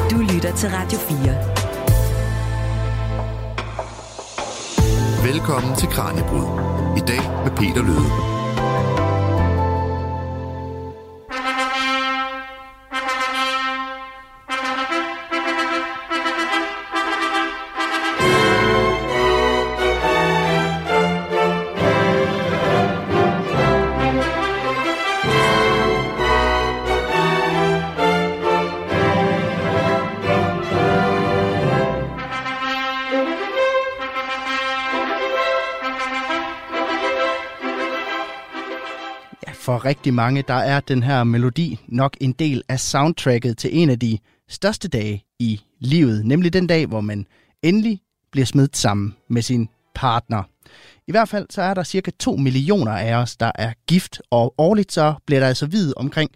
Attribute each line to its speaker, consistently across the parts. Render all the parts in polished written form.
Speaker 1: Du lytter til Radio 4.
Speaker 2: Velkommen til Kraniebrud. I dag med Peter Løde.
Speaker 3: For rigtig mange, der er den her melodi nok en del af soundtracket til en af de største dage i livet. Nemlig den dag, hvor man endelig bliver smidt sammen med sin partner. I hvert fald så er der cirka 2 millioner af os, der er gift, og årligt så bliver der altså viet omkring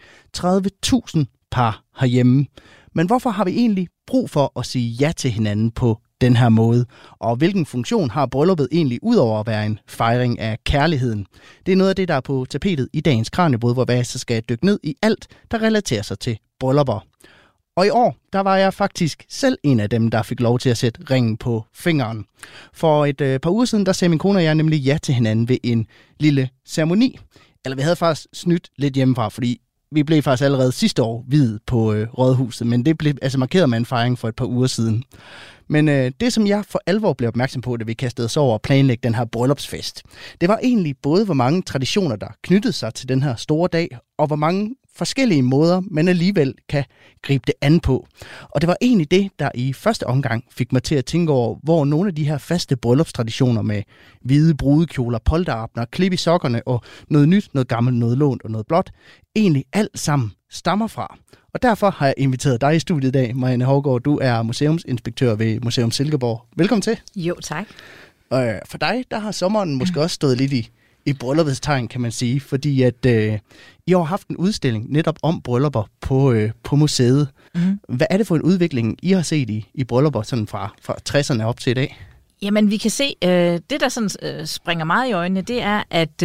Speaker 3: 30.000 par herhjemme. Men hvorfor har vi egentlig brug for at sige ja til hinanden på den her måde? Og hvilken funktion har brylluppet egentlig, udover at være en fejring af kærligheden? Det er noget af det, der er på tapetet i dagens Kraniebrud, hvor jeg så skal dykke ned i alt, der relaterer sig til bryllupper. Og i år, der var jeg faktisk selv en af dem, der fik lov til at sætte ringen på fingeren. For et par uger siden, der sagde min kone og jeg nemlig ja til hinanden ved en lille ceremoni. Eller vi havde faktisk snydt lidt hjemmefra, fordi vi blev faktisk allerede sidste år viet på rådhuset, men det blev altså markeret med en fejring for et par uger siden. Men det, som jeg for alvor blev opmærksom på, da vi kastede os over at planlægge den her bryllupsfest, det var egentlig både, hvor mange traditioner, der knyttede sig til den her store dag, og hvor mange forskellige måder, man alligevel kan gribe det an på. Og det var egentlig det, der i første omgang fik mig til at tænke over, hvor nogle af de her faste bryllupstraditioner med hvide brudekjoler, polterabner, klip i sokkerne og noget nyt, noget gammelt, noget lånt og noget blåt, egentlig alt sammen stammer fra. Og derfor har jeg inviteret dig i studiet i dag, Marianne Hougaard. Du er museumsinspektør ved Museum Silkeborg. Velkommen til.
Speaker 4: Jo, tak.
Speaker 3: For dig, der har sommeren måske også stået lidt i bryllupets tegn, kan man sige, fordi at I har haft en udstilling netop om bryllupper på museet. Mm-hmm. Hvad er det for en udvikling, I har set i bryllupper sådan fra 60'erne op til i dag?
Speaker 4: Jamen, vi kan se, det der sådan springer meget i øjnene, det er, at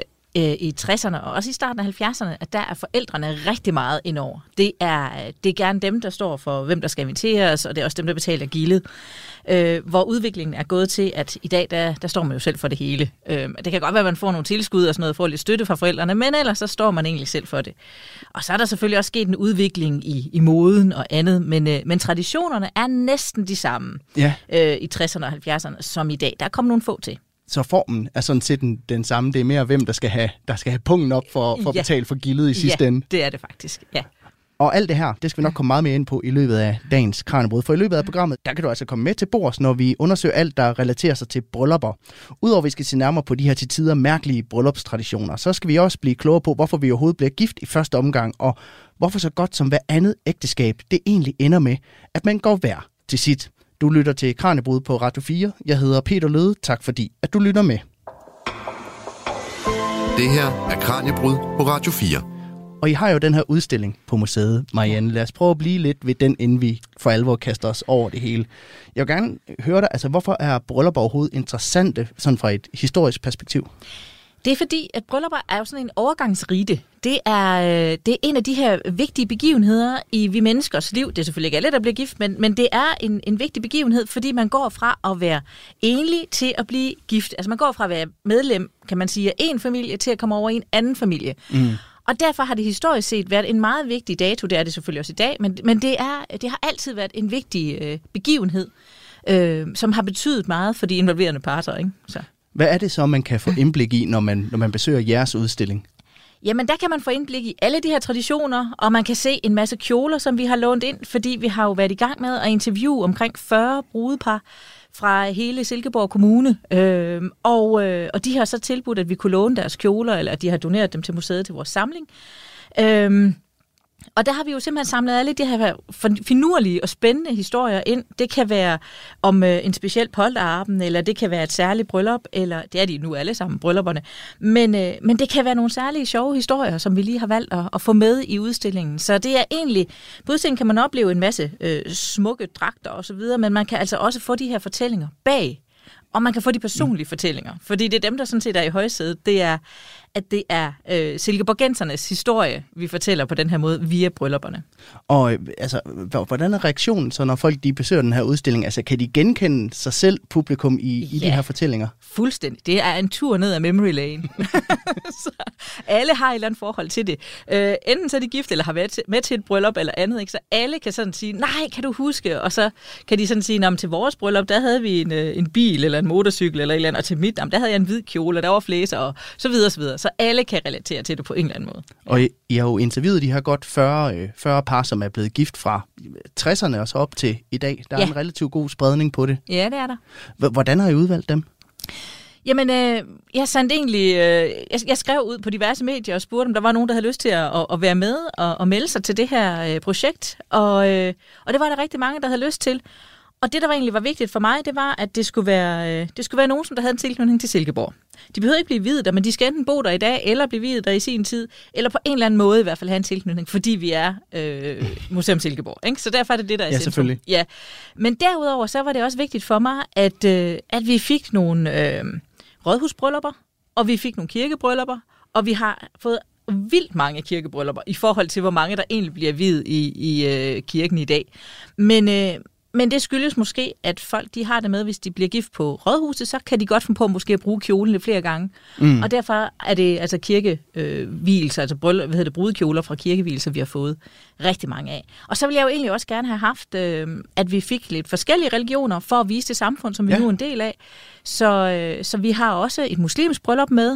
Speaker 4: i 60'erne og også i starten af 70'erne, at der er forældrene rigtig meget indover. Det er gerne dem, der står for, hvem der skal inviteres, og det er også dem, der betaler gildet. Hvor udviklingen er gået til, at i dag, der står man jo selv for det hele. Det kan godt være, at man får nogle tilskud og sådan noget, får lidt støtte fra forældrene, men ellers så står man egentlig selv for det. Og så er der selvfølgelig også sket en udvikling i moden og andet, men traditionerne er næsten de samme i 60'erne og 70'erne som i dag. Der er kommet nogle få til.
Speaker 3: Så formen er sådan set den samme. Det er mere, hvem der skal have pungen op for at betale for gildet i sidste ende.
Speaker 4: Det er det faktisk, ja.
Speaker 3: Og alt det her, det skal vi nok komme meget mere ind på i løbet af dagens Kraniebrud. For i løbet af programmet, der kan du altså komme med til bords, når vi undersøger alt, der relaterer sig til bryllupper. Udover at vi skal se nærmere på de her til tider mærkelige bryllupstraditioner, så skal vi også blive klogere på, hvorfor vi overhovedet bliver gift i første omgang, og hvorfor så godt som hver andet ægteskab, det egentlig ender med, at man går hver til sit. Du lytter til Kraniebrud på Radio 4. Jeg hedder Peter Løde. Tak fordi, at du lytter med.
Speaker 2: Det her er Kraniebrud på Radio 4.
Speaker 3: Og I har jo den her udstilling på museet, Marianne. Lad os prøve at blive lidt ved den, inden vi for alvor kaster os over det hele. Jeg vil gerne høre dig, altså hvorfor er bryllupper overhovedet interessante, sådan fra et historisk perspektiv?
Speaker 4: Det er fordi, at bryllupper er jo sådan en overgangsrite. Det er en af de her vigtige begivenheder i vi menneskers liv. Det er selvfølgelig ikke alle, der bliver gift, men det er en vigtig begivenhed, fordi man går fra at være enlig til at blive gift. Altså man går fra at være medlem, kan man sige, af en familie til at komme over i en anden familie. Mm. Og derfor har det historisk set været en meget vigtig dato. Det er det selvfølgelig også i dag, men det har altid været en vigtig begivenhed, som har betydet meget for de involverende parter, ikke? Så.
Speaker 3: Hvad er det så, man kan få indblik i, når man besøger jeres udstilling?
Speaker 4: Jamen, der kan man få indblik i alle de her traditioner, og man kan se en masse kjoler, som vi har lånt ind, fordi vi har jo været i gang med at interviewe omkring 40 brudepar fra hele Silkeborg Kommune. Og de har så tilbudt, at vi kunne låne deres kjoler, eller at de har doneret dem til museet til vores samling. Og der har vi jo simpelthen samlet alle de her finurlige og spændende historier ind. Det kan være om en speciel polterappen, eller det kan være et særligt bryllup, eller det er de nu alle sammen, bryllupperne. Men det kan være nogle særlige sjove historier, som vi lige har valgt at få med i udstillingen. Så det er egentlig, på udstillingen kan man opleve en masse smukke dragter osv., men man kan altså også få de her fortællinger bag. Og man kan få de personlige fortællinger, fordi det er dem, der sådan set er i højsædet. Det er at det er silkeborgensernes historie, vi fortæller på den her måde via bryllupperne.
Speaker 3: Og altså, hvordan er reaktionen så, når folk de besøger den her udstilling? Altså, kan de genkende sig selv, publikum, i de her fortællinger?
Speaker 4: Fuldstændig. Det er en tur ned ad memory lane. Så alle har et eller andet forhold til det. Enten så er de gift, eller har været med til et bryllup, eller andet. Ikke? Så alle kan sådan sige, nej, kan du huske? Og så kan de sådan sige, til vores bryllup, der havde vi en bil, eller en motorcykel, eller et eller andet. Og til mit, der havde jeg en hvid kjole, og der var flæser, og så videre, så videre. Så alle kan relatere til det på en eller anden måde.
Speaker 3: Og I har jo interviewet de her godt 40 par, som er blevet gift fra 60'erne og så op til i dag. Der er en relativt god spredning på det.
Speaker 4: Ja, det er der.
Speaker 3: Hvordan har I udvalgt dem?
Speaker 4: Jamen, jeg sendte egentlig, jeg skrev ud på diverse medier og spurgte, om der var nogen, der havde lyst til at være med og melde sig til det her projekt. Og det var der rigtig mange, der havde lyst til. Og det, der egentlig var vigtigt for mig, det var, at det skulle være nogen, som der havde en tilknytning til Silkeborg. De behøver ikke blive viet der, men de skal enten bo der i dag, eller blive viet der i sin tid, eller på en eller anden måde i hvert fald have en tilknytning, fordi vi er Museum Silkeborg. Ikke? Så derfor er det der er centrum.
Speaker 3: Selvfølgelig.
Speaker 4: Ja, men derudover så var det også vigtigt for mig, at vi fik nogle rådhusbryllupper, og vi fik nogle kirkebryllupper, og vi har fået vildt mange kirkebryllupper i forhold til, hvor mange der egentlig bliver viet i kirken i dag. Men det skyldes måske, at folk de har det med, hvis de bliver gift på rådhuset, så kan de godt finde på måske at bruge kjolen lidt flere gange. Og derfor er det altså kirkevielser, altså brudekjoler fra kirkevielser, vi har fået rigtig mange af. Og så vil jeg jo egentlig også gerne have haft, at vi fik lidt forskellige religioner for at vise det samfund, som vi nu er en del af. Så vi har også et muslimsk bryllup med.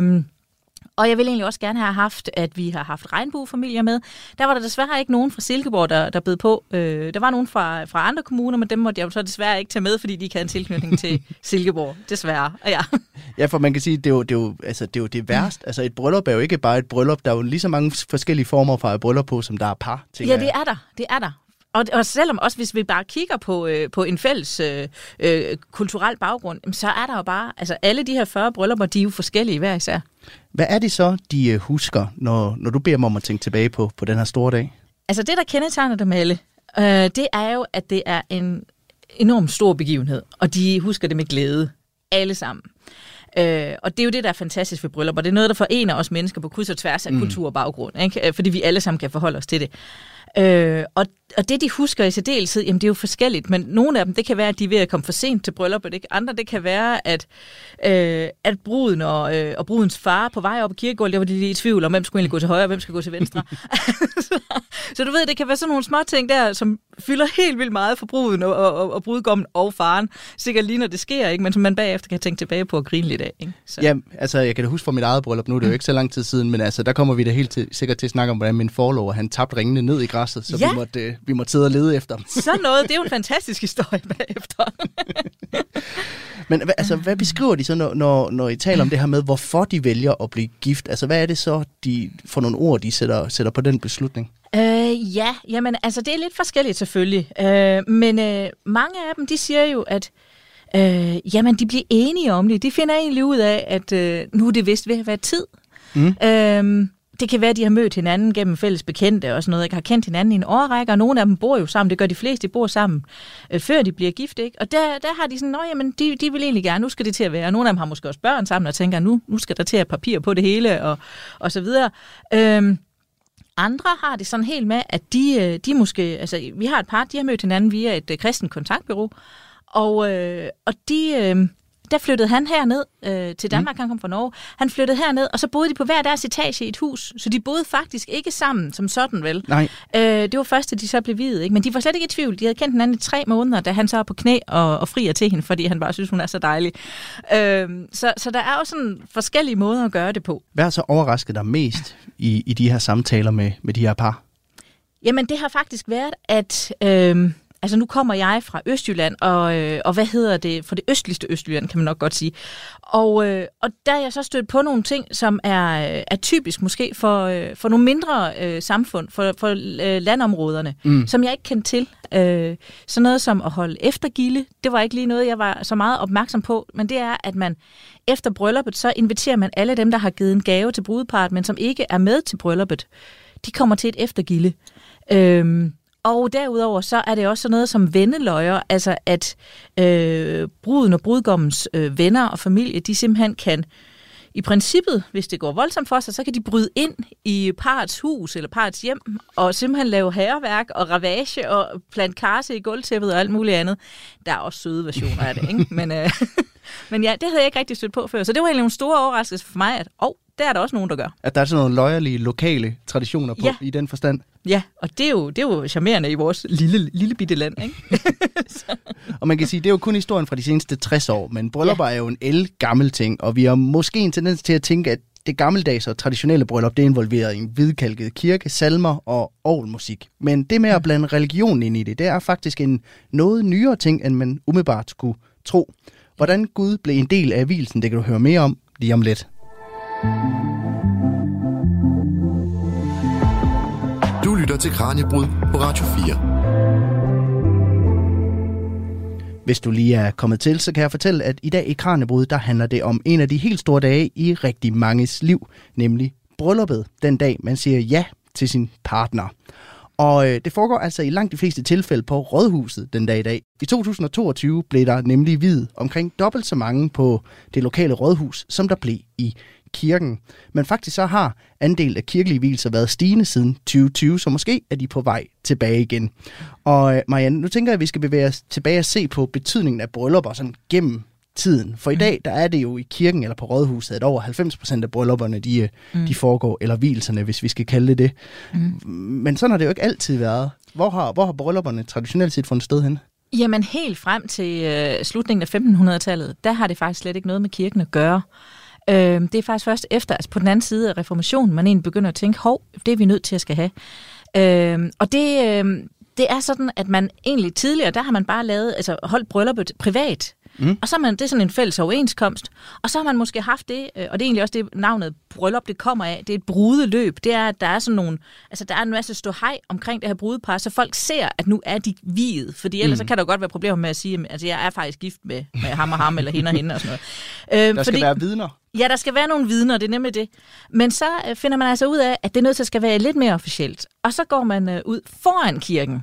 Speaker 4: Og jeg vil egentlig også gerne have haft, at vi har haft regnbuefamilier med. Der var der desværre ikke nogen fra Silkeborg, der bød på. Der var nogen fra andre kommuner, men dem måtte jeg jo så desværre ikke tage med, fordi de ikke havde en tilknytning til Silkeborg. Desværre, ja. Ja,
Speaker 3: for man kan sige, det er jo det værste. Altså et bryllup er jo ikke bare et bryllup. Der er jo lige så mange forskellige former for et bryllup på, som der er par.
Speaker 4: Ja, det er der. Og selvom også, hvis vi bare kigger på en fælles kulturel baggrund, så er der jo bare, altså alle de her 40 bryllupper, de er jo forskellige hver især.
Speaker 3: Hvad er det så, de husker, når du beder dem om at tænke tilbage på den her store dag? Altså
Speaker 4: det, der kendetegner dem alle, det er jo, at det er en enormt stor begivenhed, og de husker det med glæde, alle sammen. Og det er jo det, der er fantastisk ved bryllupper. Det er noget, der forener os mennesker på kryds og tværs af kultur og baggrund, ikke? Fordi vi alle sammen kan forholde os til det. Og det, de husker i særdeleshed, jamen det er jo forskelligt, men nogle af dem, det kan være, at de er ved at komme for sent til brylluppet, ikke? Andre, det kan være, at bruden og brudens far på vej op i kirkegården, der var de lige i tvivl om, hvem skulle egentlig gå til højre, og hvem skal gå til venstre. så du ved, det kan være sådan nogle små ting der, som fylder helt vildt meget for bruden og brudgommen og faren. Sikkert lige når det sker, ikke? Men som man bagefter kan tænke tilbage på og grine lidt af. Ikke? Så.
Speaker 3: Ja, altså jeg kan da huske fra mit eget bryllup, nu er det jo ikke så lang tid siden, men altså der kommer vi da sikkert til at snakke om, hvordan min forlover, han tabte ringene ned i græsset, så vi måtte sidde og lede efter dem.
Speaker 4: Sådan noget, det er jo en fantastisk historie bagefter.
Speaker 3: Men altså, hvad beskriver de så, når I taler om det her med, hvorfor de vælger at blive gift? Altså, hvad er det så, de for nogle ord, de sætter på den beslutning?
Speaker 4: Jamen, altså, det er lidt forskelligt selvfølgelig. Men mange af dem, de siger jo, at jamen, de bliver enige om det. De finder egentlig ud af, at nu er det vist ved at være tid. Det kan være, at de har mødt hinanden gennem fælles bekendte og sådan noget, ikke har kendt hinanden i en årrække, og nogle af dem bor jo sammen. Det gør de fleste, de bor sammen, før de bliver gift, ikke? Og der har de sådan, jamen, de vil egentlig gerne, nu skal det til at være. Nogle af dem har måske også børn sammen og tænker, nu skal der til at papir på det hele, og så videre. Andre har det sådan helt med, at de måske, altså vi har et par, de har mødt hinanden via et kristent kontaktbureau, og der flyttede han herned til Danmark, han kom fra Norge. Han flyttede herned, og så boede de på hver deres etage i et hus. Så de boede faktisk ikke sammen som sådan, vel?
Speaker 3: Nej.
Speaker 4: Det var først, at de så blev viet, ikke? Men de var slet ikke i tvivl. De havde kendt hinanden i 3 måneder, da han så var på knæ og frier til hende, fordi han bare synes, hun er så dejlig. Så der er jo sådan forskellige måder at gøre det på.
Speaker 3: Hvad har så overrasket dig mest i de her samtaler med de her par?
Speaker 4: Jamen, det har faktisk været, at altså nu kommer jeg fra Østjylland, og hvad hedder det, for det østligste Østjylland, kan man nok godt sige. Og der er jeg så stødt på nogle ting, som er typisk måske for nogle mindre samfund, for landområderne, som jeg ikke kendte til. Sådan noget som at holde eftergilde, det var ikke lige noget, jeg var så meget opmærksom på, men det er, at man efter brylluppet, så inviterer man alle dem, der har givet en gave til brudeparret, men som ikke er med til brylluppet. De kommer til et eftergilde. Og derudover så er det også sådan noget som vendeløjer, altså at bruden og brudgommens venner og familie, de simpelthen kan i princippet, hvis det går voldsomt for sig, så kan de bryde ind i parets hus eller parets hjem, og simpelthen lave hærværk og ravage og plante karse i gulvtæppet og alt muligt andet. Der er også søde versioner af det, ikke? Men ja, det havde jeg ikke rigtig stødt på før, så det var egentlig en stor overraskelse for mig, at der er der også nogen, der gør.
Speaker 3: At der er sådan nogle løjerlige lokale traditioner på i den forstand.
Speaker 4: Ja, og det er jo charmerende i vores lille bitte land, ikke?
Speaker 3: Og man kan sige, det er jo kun historien fra de seneste 60 år, men bryllupper er jo en ældgammel ting, og vi har måske en tendens til at tænke, at det gammeldags og traditionelle bryllup, det er involveret i en hvidkalket kirke, salmer og orgelmusik. Men det med at blande religion ind i det, det er faktisk en noget nyere ting, end man umiddelbart skulle tro. Hvordan Gud blev en del af vielsen, det kan du høre mere om lige om lidt.
Speaker 2: Du lytter til Kraniebrud på Radio 4.
Speaker 3: Hvis du lige er kommet til, så kan jeg fortælle, at i dag i Kraniebrud, der handler det om en af de helt store dage i rigtig manges liv, nemlig brylluppet, den dag man siger ja til sin partner. Og det foregår altså i langt de fleste tilfælde på Rådhuset den dag i dag. I 2022 blev der nemlig viet omkring dobbelt så mange på det lokale rådhus, som der blev i kirken. Men faktisk så har andel af kirkelige vielser været stigende siden 2020, så måske er de på vej tilbage igen. Og Marianne, nu tænker jeg, at vi skal bevæge os tilbage og se på betydningen af bryllupper sådan gennem tiden. For i dag, der er det jo i kirken eller på rådhuset, at over 90% af bryllupperne, de foregår, eller vielserne, hvis vi skal kalde det. Men sådan har det jo ikke altid været. Hvor har bryllupperne traditionelt set fundet sted hen?
Speaker 4: Jamen helt frem til slutningen af 1500-tallet, der har det faktisk slet ikke noget med kirken at gøre. Det er faktisk først efter, altså på den anden side af reformationen, man egentlig begynder at tænke, det er vi nødt til at skal have. Og det er sådan, at man egentlig tidligere, der har man bare holdt brylluppet privat. Og så er det er sådan en fælles overenskomst, og så har man måske haft det, og det er egentlig også det navnet bryllup, det kommer af, det er et brudeløb, det er, at der er sådan nogle, altså der er en masse ståhej omkring det her brudepar, så folk ser, at nu er de viet, fordi ellers så kan der jo godt være problemer med at sige, at jeg er faktisk gift med ham og ham, eller hende og hende og sådan noget.
Speaker 3: Der skal være vidner.
Speaker 4: Ja, der skal være nogle vidner, det er nemlig det. Men så finder man altså ud af, at det er nødt til at skal være lidt mere officielt. Og så går man ud foran kirken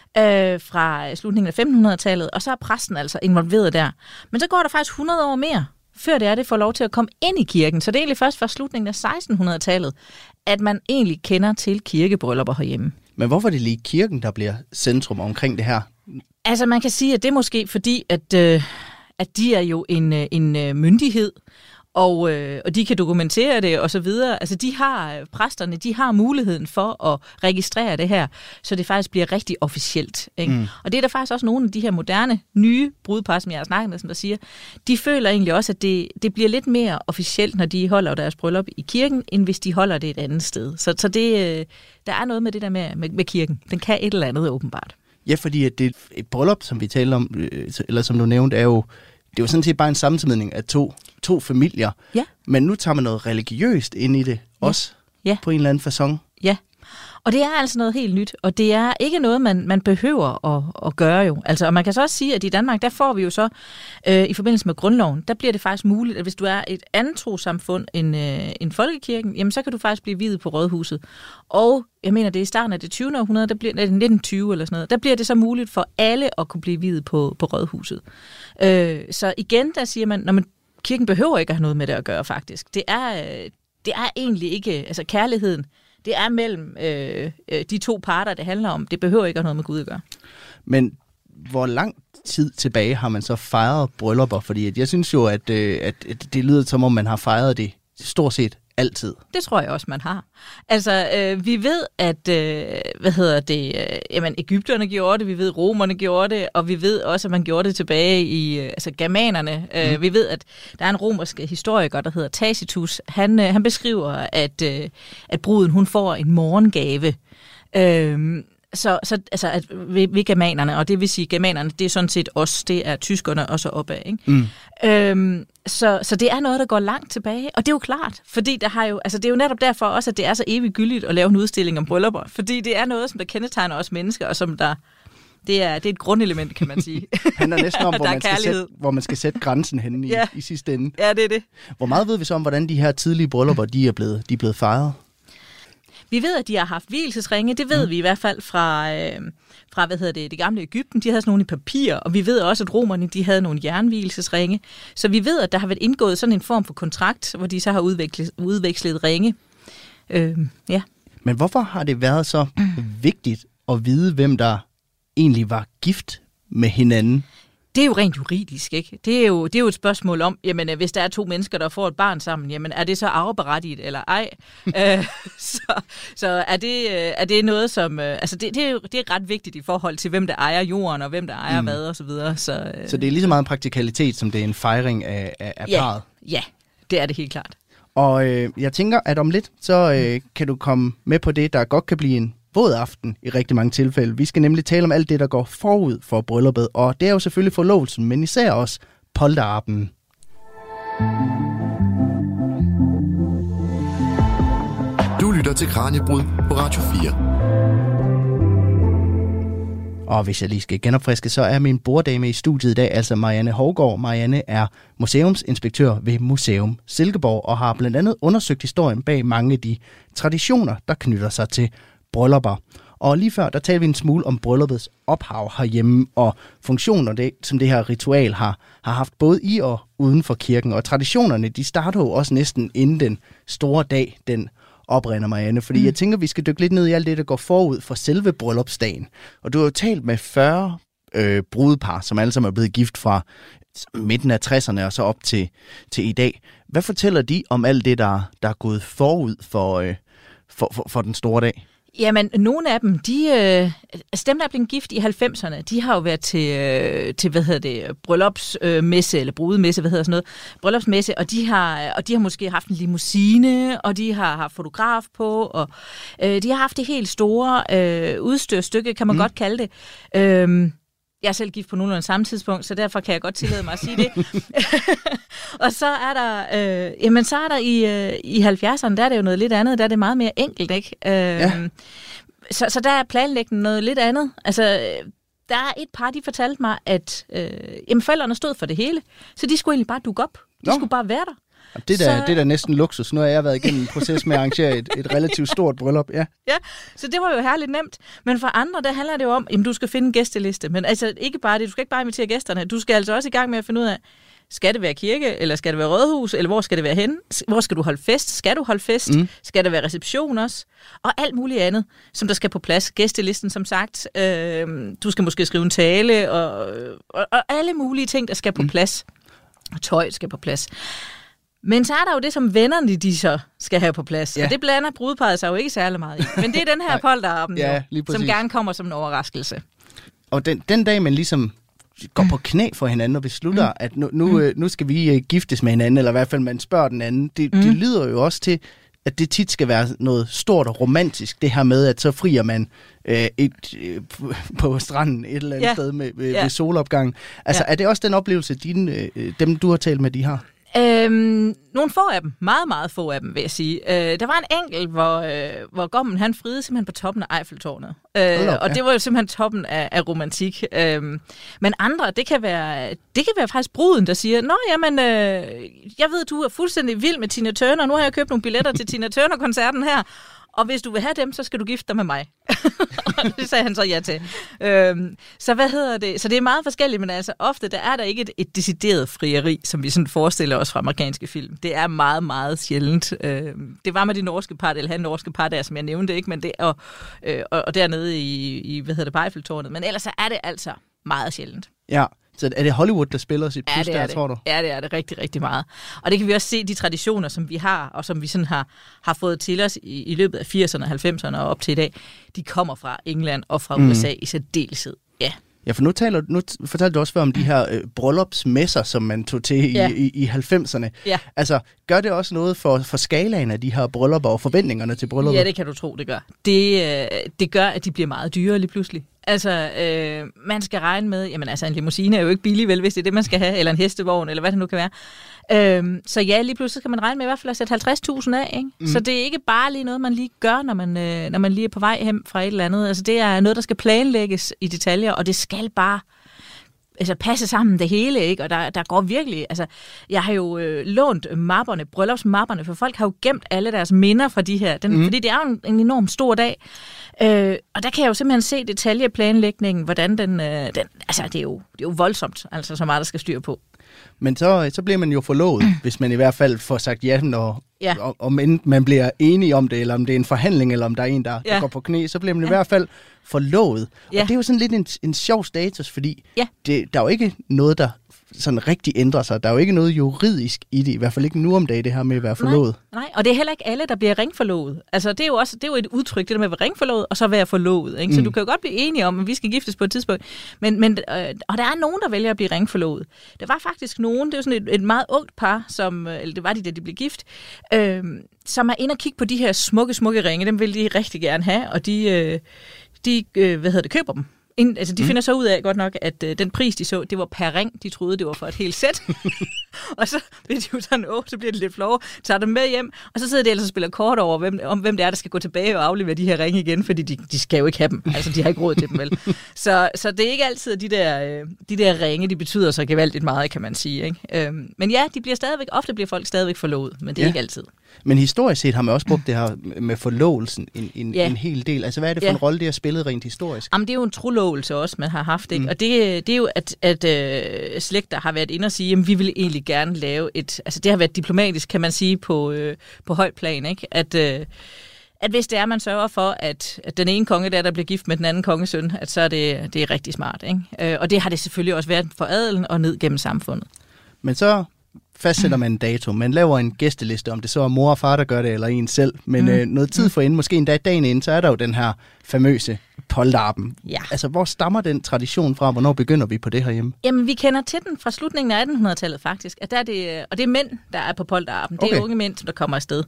Speaker 4: fra slutningen af 1500-tallet, og så er præsten altså involveret der. Men så går der faktisk 100 år mere, før det får lov til at komme ind i kirken. Så det er egentlig først fra slutningen af 1600-tallet, at man egentlig kender til kirkebryllupper herhjemme. Men
Speaker 3: hvorfor er det lige kirken, der bliver centrum omkring det her?
Speaker 4: Altså man kan sige, at det er måske fordi, at de er jo en myndighed, og de kan dokumentere det og så videre. Altså præsterne, de har muligheden for at registrere det her, så det faktisk bliver rigtig officielt. Ikke? Og det er der faktisk også nogle af de her moderne, nye brudepar, som jeg har snakket med, som der siger, de føler egentlig også, at det bliver lidt mere officielt, når de holder deres bryllup i kirken, end hvis de holder det et andet sted. Så der er noget med det der med kirken. Den kan et eller andet åbenbart.
Speaker 3: Ja, fordi at det et bryllup, som vi taler om, eller som du nævnte, det er jo sådan set bare en sammensmidning af to familier. Ja. Men nu tager man noget religiøst ind i det også, på en eller anden facon. Ja,
Speaker 4: og det er altså noget helt nyt, og det er ikke noget, man behøver at gøre jo. Altså, og man kan så også sige, at i Danmark, der får vi jo så, i forbindelse med grundloven, der bliver det faktisk muligt, at hvis du er et andet trossamfund end folkekirken, jamen så kan du faktisk blive viet på rådhuset. Og jeg mener, det er i starten af det 20. århundrede, der bliver 1920 eller sådan noget, der bliver det så muligt for alle at kunne blive viet på rådhuset. Så igen, der siger man, når kirken behøver ikke at have noget med det at gøre faktisk. Det er egentlig ikke, altså kærligheden, det er mellem de to parter, det handler om. Det behøver ikke at have noget med Gud at gøre.
Speaker 3: Men hvor lang tid tilbage har man så fejret bryllupper? Fordi jeg synes jo, at det lyder som om, man har fejret det stort set altid.
Speaker 4: Det tror jeg også, man har. Altså, vi ved, at jamen, Egypterne gjorde det, vi ved, romerne gjorde det, og vi ved også, at man gjorde det tilbage i germanerne. Vi ved, at der er en romersk historiker, der hedder Tacitus. Han beskriver, at bruden, hun får en morgengave. Så altså, at ved germanerne, og det vil sige, germanerne, det er sådan set os, det er tyskerne og så opad, ikke? Så det er noget, der går langt tilbage, og det er jo klart, fordi det er jo netop derfor også, at det er så evigt gyldigt at lave en udstilling om bryllupper, fordi det er noget, som der kendetegner os mennesker, og som det er et grundelement, kan man sige.
Speaker 3: Det handler næsten om, hvor man skal sætte grænsen henne i sidste ende.
Speaker 4: Ja, det er det.
Speaker 3: Hvor meget ved vi så om, hvordan de her tidlige bryllupper, de er blevet fejret?
Speaker 4: Vi ved, at de har haft vielsesringe. Det ved vi i hvert fald fra det gamle Egypten. De havde sådan nogle i papir, og vi ved også, at romerne de havde nogle jernvielsesringe. Så vi ved, at der har været indgået sådan en form for kontrakt, hvor de så har udvekslet ringe. Ja.
Speaker 3: Men hvorfor har det været så vigtigt at vide, hvem der egentlig var gift med hinanden?
Speaker 4: Det er jo rent juridisk, ikke? Det er jo et spørgsmål om, jamen, hvis der er 2 mennesker, der får et barn sammen, jamen, er det så arveberettiget eller ej? Så er det noget, som... altså, det er ret vigtigt i forhold til, hvem der ejer jorden, og hvem der ejer hvad, og så videre. Så
Speaker 3: det er lige så meget en praktikalitet, som det er en fejring af parret?
Speaker 4: Ja, det er det helt klart.
Speaker 3: Og jeg tænker, at om lidt, så kan du komme med på det, der godt kan blive en våd aften i rigtig mange tilfælde. Vi skal nemlig tale om alt det, der går forud for brylluppet, og det er jo selvfølgelig forlovelsen, men især også polterappen.
Speaker 2: Du lytter til Kraniebrud på Radio 4.
Speaker 3: Og hvis jeg lige skal genopfriske, så er min borddame i studiet i dag, altså Marianne Hovgaard. Marianne er museumsinspektør ved Museum Silkeborg, og har blandt andet undersøgt historien bag mange af de traditioner, der knytter sig til bryllupper. Og lige før, der talte vi en smule om brylluppets ophav herhjemme, og funktioner, som det her ritual har haft både i og uden for kirken. Og traditionerne, de starter jo også næsten inden den store dag, den oprinder, Marianne. Fordi jeg tænker, vi skal dykke lidt ned i alt det, der går forud for selve bryllupsdagen. Og du har jo talt med 40 brudepar, som alle sammen er blevet gift fra midten af 60'erne og så op til i dag. Hvad fortæller de om alt det, der er gået forud for den store dag?
Speaker 4: Jamen, nogle af dem, dem, der er blevet gift i 90'erne, de har jo været til bryllupsmesse, eller brudemesse, bryllupsmesse, og de har måske haft en limousine, og de har haft fotograf på, og de har haft det helt store udstyrstykke, kan man godt kalde det. Jeg er selv gift på nogenlunde samme tidspunkt, så derfor kan jeg godt tillade mig at sige det. Og så er der, i 70'erne, der er det jo noget lidt andet, der er det meget mere enkelt, ikke? Så der er planlægningen noget lidt andet. Altså, der er et par, de fortalte mig, at forældrene stod for det hele, så de skulle egentlig bare dukke op. De skulle bare være der.
Speaker 3: Det er da næsten luksus. Nu har jeg været igennem en proces med at arrangere et relativt stort bryllup. Ja,
Speaker 4: så det var jo herligt nemt. Men for andre, der handler det jo om, at du skal finde en gæsteliste. Men altså ikke bare det, du skal ikke bare invitere gæsterne. Du skal altså også i gang med at finde ud af, skal det være kirke, eller skal det være rådhus, eller hvor skal det være henne? Hvor skal du holde fest? Skal du holde fest? Skal der være reception også? Og alt muligt andet, som der skal på plads. Gæstelisten, som sagt. Du skal måske skrive en tale, og alle mulige ting, der skal på plads. Og tøj skal på plads. Men så er der jo det, som vennerne de så skal have på plads. Ja. Og det blander brudeparret sig jo ikke særlig meget i. Men det er den her polterappen, som gerne kommer som en overraskelse. Og
Speaker 3: den dag, man ligesom går på knæ for hinanden og beslutter, at nu skal vi giftes med hinanden, eller i hvert fald man spørger den anden, det lyder jo også til, at det tit skal være noget stort og romantisk, det her med, at så frier man på stranden et eller andet sted ved solopgang. Altså, er det også den oplevelse, dem du har talt med, de har?
Speaker 4: Nogle få af dem, meget, meget få af dem, vil jeg sige. Der var en enkelt, hvor gommen han friede simpelthen på toppen af Eiffeltårnet. Og det var jo simpelthen toppen af romantik. Men andre, det kan være faktisk bruden, der siger, nå, jamen, jeg ved, du er fuldstændig vild med Tina Turner, nu har jeg købt nogle billetter til Tina Turner-koncerten her, og hvis du vil have dem, så skal du gifte dig med mig. Og det sagde han så ja til. Så Så det er meget forskelligt, men altså ofte der er der ikke et decideret frieri, som vi sådan forestiller os fra amerikanske film. Det er meget, meget sjældent. Det var med de norske par, eller han norske par der, som jeg nævnte, ikke? Men det, og dernede i på Eiffeltårnet. Men ellers så er det altså meget sjældent.
Speaker 3: Ja. Så er det Hollywood, der spiller sit plus der, tror du?
Speaker 4: Ja, det er det rigtig, rigtig meget. Og det kan vi også se, de traditioner, som vi har, og som vi sådan har fået til os i løbet af 80'erne og 90'erne og op til i dag, de kommer fra England og fra USA i særdeleshed. Ja.
Speaker 3: Ja, for nu fortalte du også før om de her bryllupsmesser, som man tog til i 90'erne. Ja. Altså, gør det også noget for skalaen af de her bryllupper og forventningerne til bryllupper?
Speaker 4: Ja, det kan du tro, det gør. Det gør, at de bliver meget dyre lige pludselig. Altså, man skal regne med, jamen altså en limousine er jo ikke billig, vel, hvis det er det, man skal have, eller en hestevogn, eller hvad det nu kan være. Så ja, lige pludselig kan man regne med i hvert fald at sætte 50.000 af, ikke? Så det er ikke bare lige noget, man lige gør, når man lige er på vej hjem fra et eller andet. Altså, det er noget, der skal planlægges i detaljer, og det skal bare altså passe sammen det hele, ikke? Og der går virkelig, altså jeg har jo lånt mapperne, bryllupsmapperne, for folk har jo gemt alle deres minder fra de her, fordi det er jo en enorm stor dag. Og der kan jeg jo simpelthen se detaljeplanlægningen, hvordan den altså det er jo voldsomt, altså så meget der skal styr på.
Speaker 3: Men så bliver man jo forlovet, hvis man i hvert fald får sagt ja, om man bliver enige om det, eller om det er en forhandling, eller om der er en, der går på knæ, så bliver man i hvert fald forlovet. Og det er jo sådan lidt en sjov status, fordi der er jo ikke noget, der sådan rigtig ændrer sig. Der er jo ikke noget juridisk i det, i hvert fald ikke nu om dagen, det her med at være forlovet.
Speaker 4: Nej, og det er heller ikke alle, der bliver ringforlovet. Altså, det er jo et udtryk, det der med at være ringforlovet, og så være forlovet. Ikke? Så du kan jo godt blive enige om, at vi skal giftes på et tidspunkt. Og der er nogen, der vælger at blive ringforlovet. Der var faktisk nogen, det er jo sådan et meget ungt par, eller det var de, da de blev gift, som er inde og kigge på de her smukke ringe. Dem vil de rigtig gerne have, og de køber dem. Altså, de finder så ud af godt nok, at den pris, de så, det var per ring. De troede, det var for et helt sæt. Og så bliver de jo sådan, så bliver det lidt flove, tager dem med hjem, og så sidder de ellers og spiller kort over, hvem det er, der skal gå tilbage og aflevere de her ringe igen, fordi de skal jo ikke have dem. Altså, de har ikke råd til dem, vel? Så det er ikke altid, at de der ringe, de betyder så gevaldigt meget, kan man sige. Ikke? Men ja, ofte bliver folk stadigvæk forlovet, men det er ikke altid.
Speaker 3: Men historisk set har man også brugt det her med forlovelsen en hel del. Altså, hvad er det for en rolle, det har spillet rent historisk?
Speaker 4: Jamen, det er jo en trolovelse også, man har haft, ikke? Og det er jo, at slægter har været inde og sige, at vi vil egentlig gerne lave altså det har været diplomatisk, kan man sige, på højt plan, ikke? At hvis det er, man sørger for, at den ene konge der bliver gift med den anden kongesøn, at så er det er rigtig smart, ikke? Og det har det selvfølgelig også været for adelen og ned gennem samfundet.
Speaker 3: Men så fastsætter man en dato. Man laver en gæsteliste, om det så er mor og far, der gør det, eller en selv. Men noget tid forinden, måske endda dagen inden, så er der jo den her famøse polterappen. Ja. Altså, hvor stammer den tradition fra? Hvornår begynder vi på det herhjemme?
Speaker 4: Jamen, vi kender til den fra slutningen af 1800-tallet faktisk. At og det er mænd, der er på polterappen. Det er unge mænd, der kommer afsted.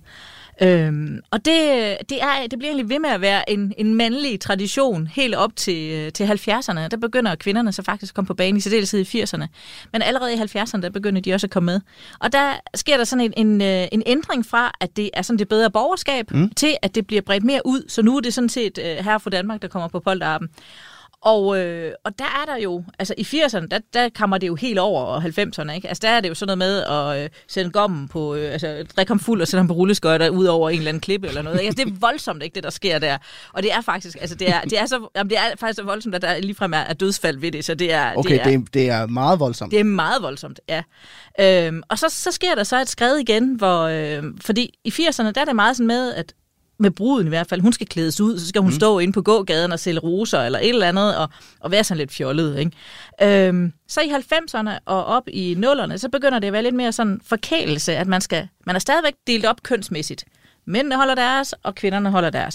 Speaker 4: Og det bliver egentlig ved med at være en mandlig tradition helt op til 70'erne. Der begynder kvinderne så faktisk at komme på banen, i særdeleshed i 80'erne. Men allerede i 70'erne, der begynder de også at komme med. Og der sker der sådan en ændring fra, at det er sådan det bedre borgerskab, til at det bliver bredt mere ud. Så nu er det sådan set herre fra Danmark, der kommer på polterappen. Og der er der jo, altså i 80'erne, der kommer det jo helt over, og 90'erne, ikke? Altså der er det jo sådan noget med at sende gommen på, drikke ham fuld og sætte ham på rulleskøjter ud over en eller anden klippe eller noget. Altså det er voldsomt, ikke, det der sker der. Og det er faktisk, altså det er faktisk så voldsomt, at der ligefrem er dødsfald ved det, så det er...
Speaker 3: Okay, det er meget voldsomt.
Speaker 4: Det er meget voldsomt, ja. Og så sker der så et skred igen, fordi i 80'erne, der er det meget sådan med bruden i hvert fald, hun skal klædes ud, så skal hun stå inde på gågaden og sælge roser eller et eller andet, og være sådan lidt fjollet, ikke? Så i 90'erne og op i 0'erne, så begynder det at være lidt mere sådan forkælelse, at man er stadigvæk delt op kønsmæssigt. Mændene holder deres, og kvinderne holder deres.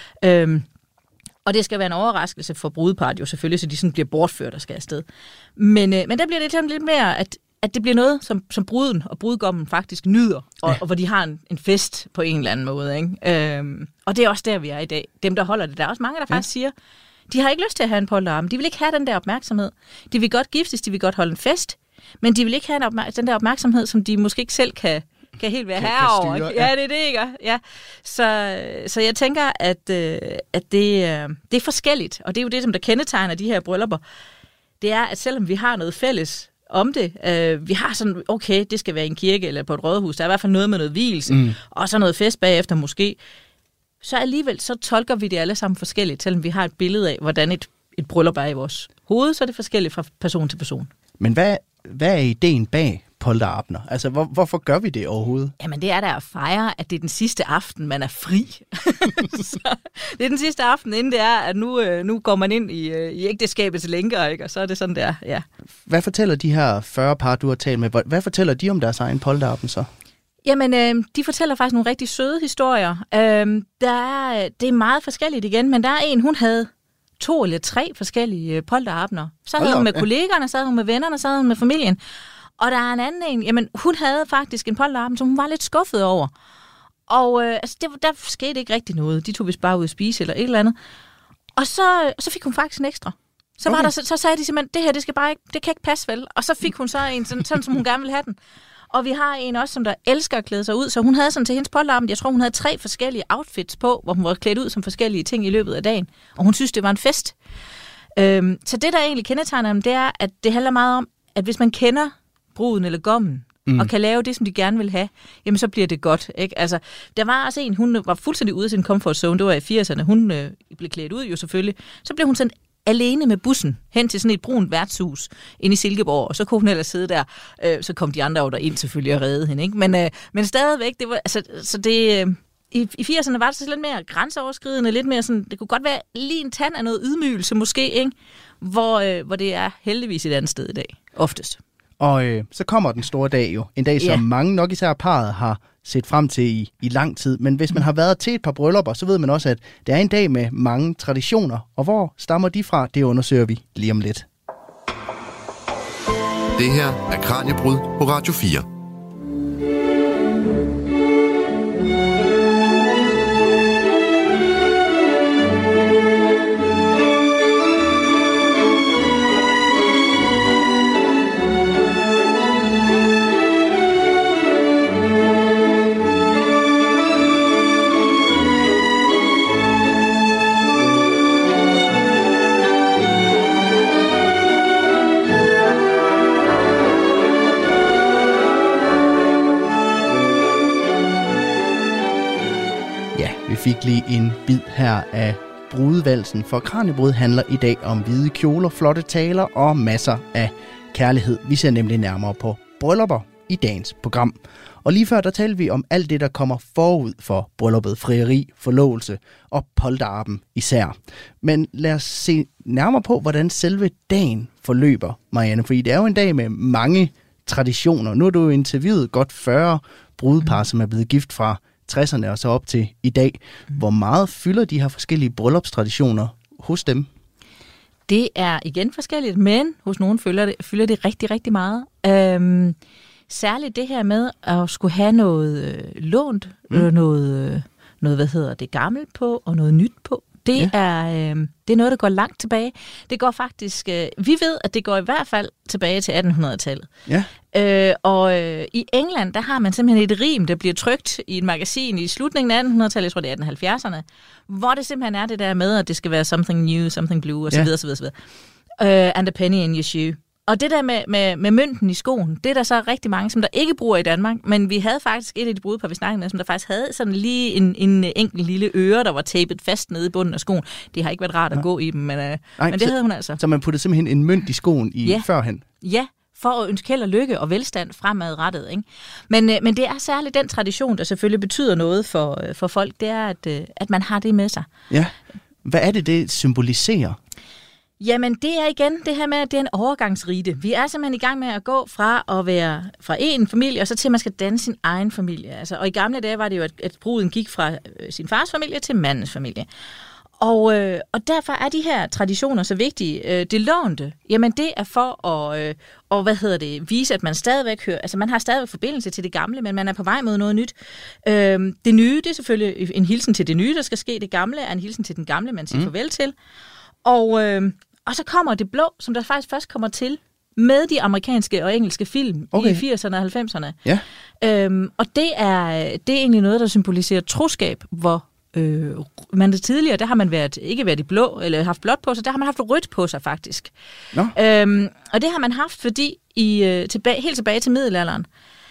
Speaker 4: Og det skal være en overraskelse for brudeparret jo selvfølgelig, så de sådan bliver bortført og skal afsted. Men der bliver det lidt mere, at det bliver noget, som bruden og brudgommen faktisk nyder, og hvor de har en fest på en eller anden måde. Ikke? Og det er også der, vi er i dag. Dem, der holder det. Der er også mange, der faktisk siger, de har ikke lyst til at have en polterappen. De vil ikke have den der opmærksomhed. De vil godt giftes, de vil godt holde en fest, men de vil ikke have den der opmærksomhed, som de måske ikke selv kan helt være herover. Ja, det er det, ikke? Ja. Så jeg tænker, at det er forskelligt, og det er jo det, som der kendetegner de her bryllupper. Det er, at selvom vi har noget fælles om det. Vi har sådan, okay, det skal være en kirke eller på et rådhus. Der er i hvert fald noget med noget vielse, og så noget fest bagefter måske. Så alligevel, så tolker vi det alle sammen forskelligt, selvom vi har et billede af, hvordan et bryllup er i vores hoved, så er det forskelligt fra person til person. Men
Speaker 3: hvad er ideen bag polterabner? Altså, hvorfor gør vi det overhovedet?
Speaker 4: Jamen, det er der at fejre, at det er den sidste aften, man er fri. Så, det er den sidste aften, inden det er, at nu går man ind i ægteskabets lænker, ikke? Og så er det sådan der, ja. Hvad
Speaker 3: fortæller de her 40 par, du har talt med? Hvad fortæller de om deres egen polterabend så?
Speaker 4: Jamen, de fortæller faktisk nogle rigtig søde historier. Det er meget forskelligt igen, men der er en, hun havde 2 eller 3 forskellige polterabner. Så havde hun med kollegerne, så havde hun med vennerne, så havde hun med familien. Og der er en anden en, jamen hun havde faktisk en polterappen, som hun var lidt skuffet over. Og der skete ikke rigtig noget. De tog vist bare ud at spise eller et eller andet. Og så fik hun faktisk en ekstra. Så sagde de simpelthen, det her, det kan ikke passe vel. Og så fik hun så en, sådan som hun gerne ville have den. Og vi har en også, som der elsker at klæde sig ud. Så hun havde sådan til hendes polterappen, jeg tror hun havde 3 forskellige outfits på, hvor hun var klædt ud som forskellige ting i løbet af dagen. Og hun synes, det var en fest. Så det, der egentlig kendetegner dem, det er, at det handler meget om, at hvis man kender bruden eller gommen, og kan lave det, som de gerne vil have, jamen så bliver det godt. Ikke? Altså, der var også en, hun var fuldstændig ude af sin comfort zone, det var i 80'erne, hun blev klædt ud jo selvfølgelig, så blev hun sendt alene med bussen hen til sådan et brunt værtshus inde i Silkeborg, og så kunne hun ellers sidde der, så kom de andre jo derind selvfølgelig og redde hende. Ikke? Men stadigvæk, det var, altså, så det... I 80'erne var det så lidt mere grænseoverskridende, lidt mere sådan, det kunne godt være lige en tand af noget ydmygelse måske, ikke? Hvor det er heldigvis et andet sted i dag, oftest.
Speaker 3: Og så kommer den store dag jo. En dag, som mange, nok især parret, har set frem til i lang tid. Men hvis man har været til et par bryllupper, så ved man også, at det er en dag med mange traditioner. Og hvor stammer de fra, det undersøger vi lige om lidt.
Speaker 2: Det her er Kraniebrud på Radio 4.
Speaker 3: Vi fik lige en bid her af brudevalsen, for Kraniebrud handler i dag om hvide kjoler, flotte taler og masser af kærlighed. Vi ser nemlig nærmere på bryllupper i dagens program. Og lige før der talte vi om alt det, der kommer forud for brylluppet, frieri, forlovelse og polterappen især. Men lad os se nærmere på, hvordan selve dagen forløber, Marianne, fordi det er jo en dag med mange traditioner. Nu har du interviewet godt 40 brudepar, som er blevet gift fra 60'erne og så op til i dag. Hvor meget fylder de her forskellige bryllupstraditioner hos dem?
Speaker 4: Det er igen forskelligt, men hos nogen fylder det rigtig, rigtig meget. Særligt det her med at skulle have noget lånt, noget gammelt på, og noget nyt på. Det er noget, der går langt tilbage. Det går faktisk, vi ved, at det går i hvert fald tilbage til 1800-tallet.
Speaker 3: Ja.
Speaker 4: I England, der har man simpelthen et rim, der bliver trykt i et magasin i slutningen af 1800-tallet, jeg tror det er 1870'erne, hvor det simpelthen er det der med, at det skal være something new, something blue, og så videre, så videre. And a penny in your shoe. Og det der med mønten i skoen, det er der så rigtig mange, som der ikke bruger i Danmark, men vi havde faktisk et af de brudepar, vi snakkede med, som der faktisk havde sådan lige en enkelt lille øre, der var tapet fast nede i bunden af skoen. Det har ikke været rart at gå i dem, men det havde hun altså.
Speaker 3: Så man puttede simpelthen en mønt i skoen førhen?
Speaker 4: Ja, for at ønske held og lykke og velstand fremadrettet. Ikke? Men det er særligt den tradition, der selvfølgelig betyder noget for folk, det er, at man har det med sig.
Speaker 3: Ja. Hvad er det symboliserer?
Speaker 4: Jamen, det er igen det her med, at det er en overgangsrite. Vi er simpelthen i gang med at gå fra at være fra en familie, og så til, at man skal danne sin egen familie. Altså, og i gamle dage var det jo, at bruden gik fra sin fars familie til mandens familie. Og derfor er de her traditioner så vigtige. Det lånte, jamen det er for at vise, at man stadigvæk hører, altså man har stadigvæk forbindelse til det gamle, men man er på vej mod noget nyt. Det nye, det er selvfølgelig en hilsen til det nye, der skal ske. Det gamle er en hilsen til den gamle, man siger farvel til. Og så kommer det blå, som der faktisk først kommer til med de amerikanske og engelske film i 80'erne og 90'erne.
Speaker 3: Ja.
Speaker 4: Og det er egentlig noget, der symboliserer troskab, hvor man tidligere, der har man ikke været i blå, eller haft blåt på sig, der har man haft rødt på sig faktisk.
Speaker 3: No.
Speaker 4: Og det har man haft, fordi helt tilbage til middelalderen,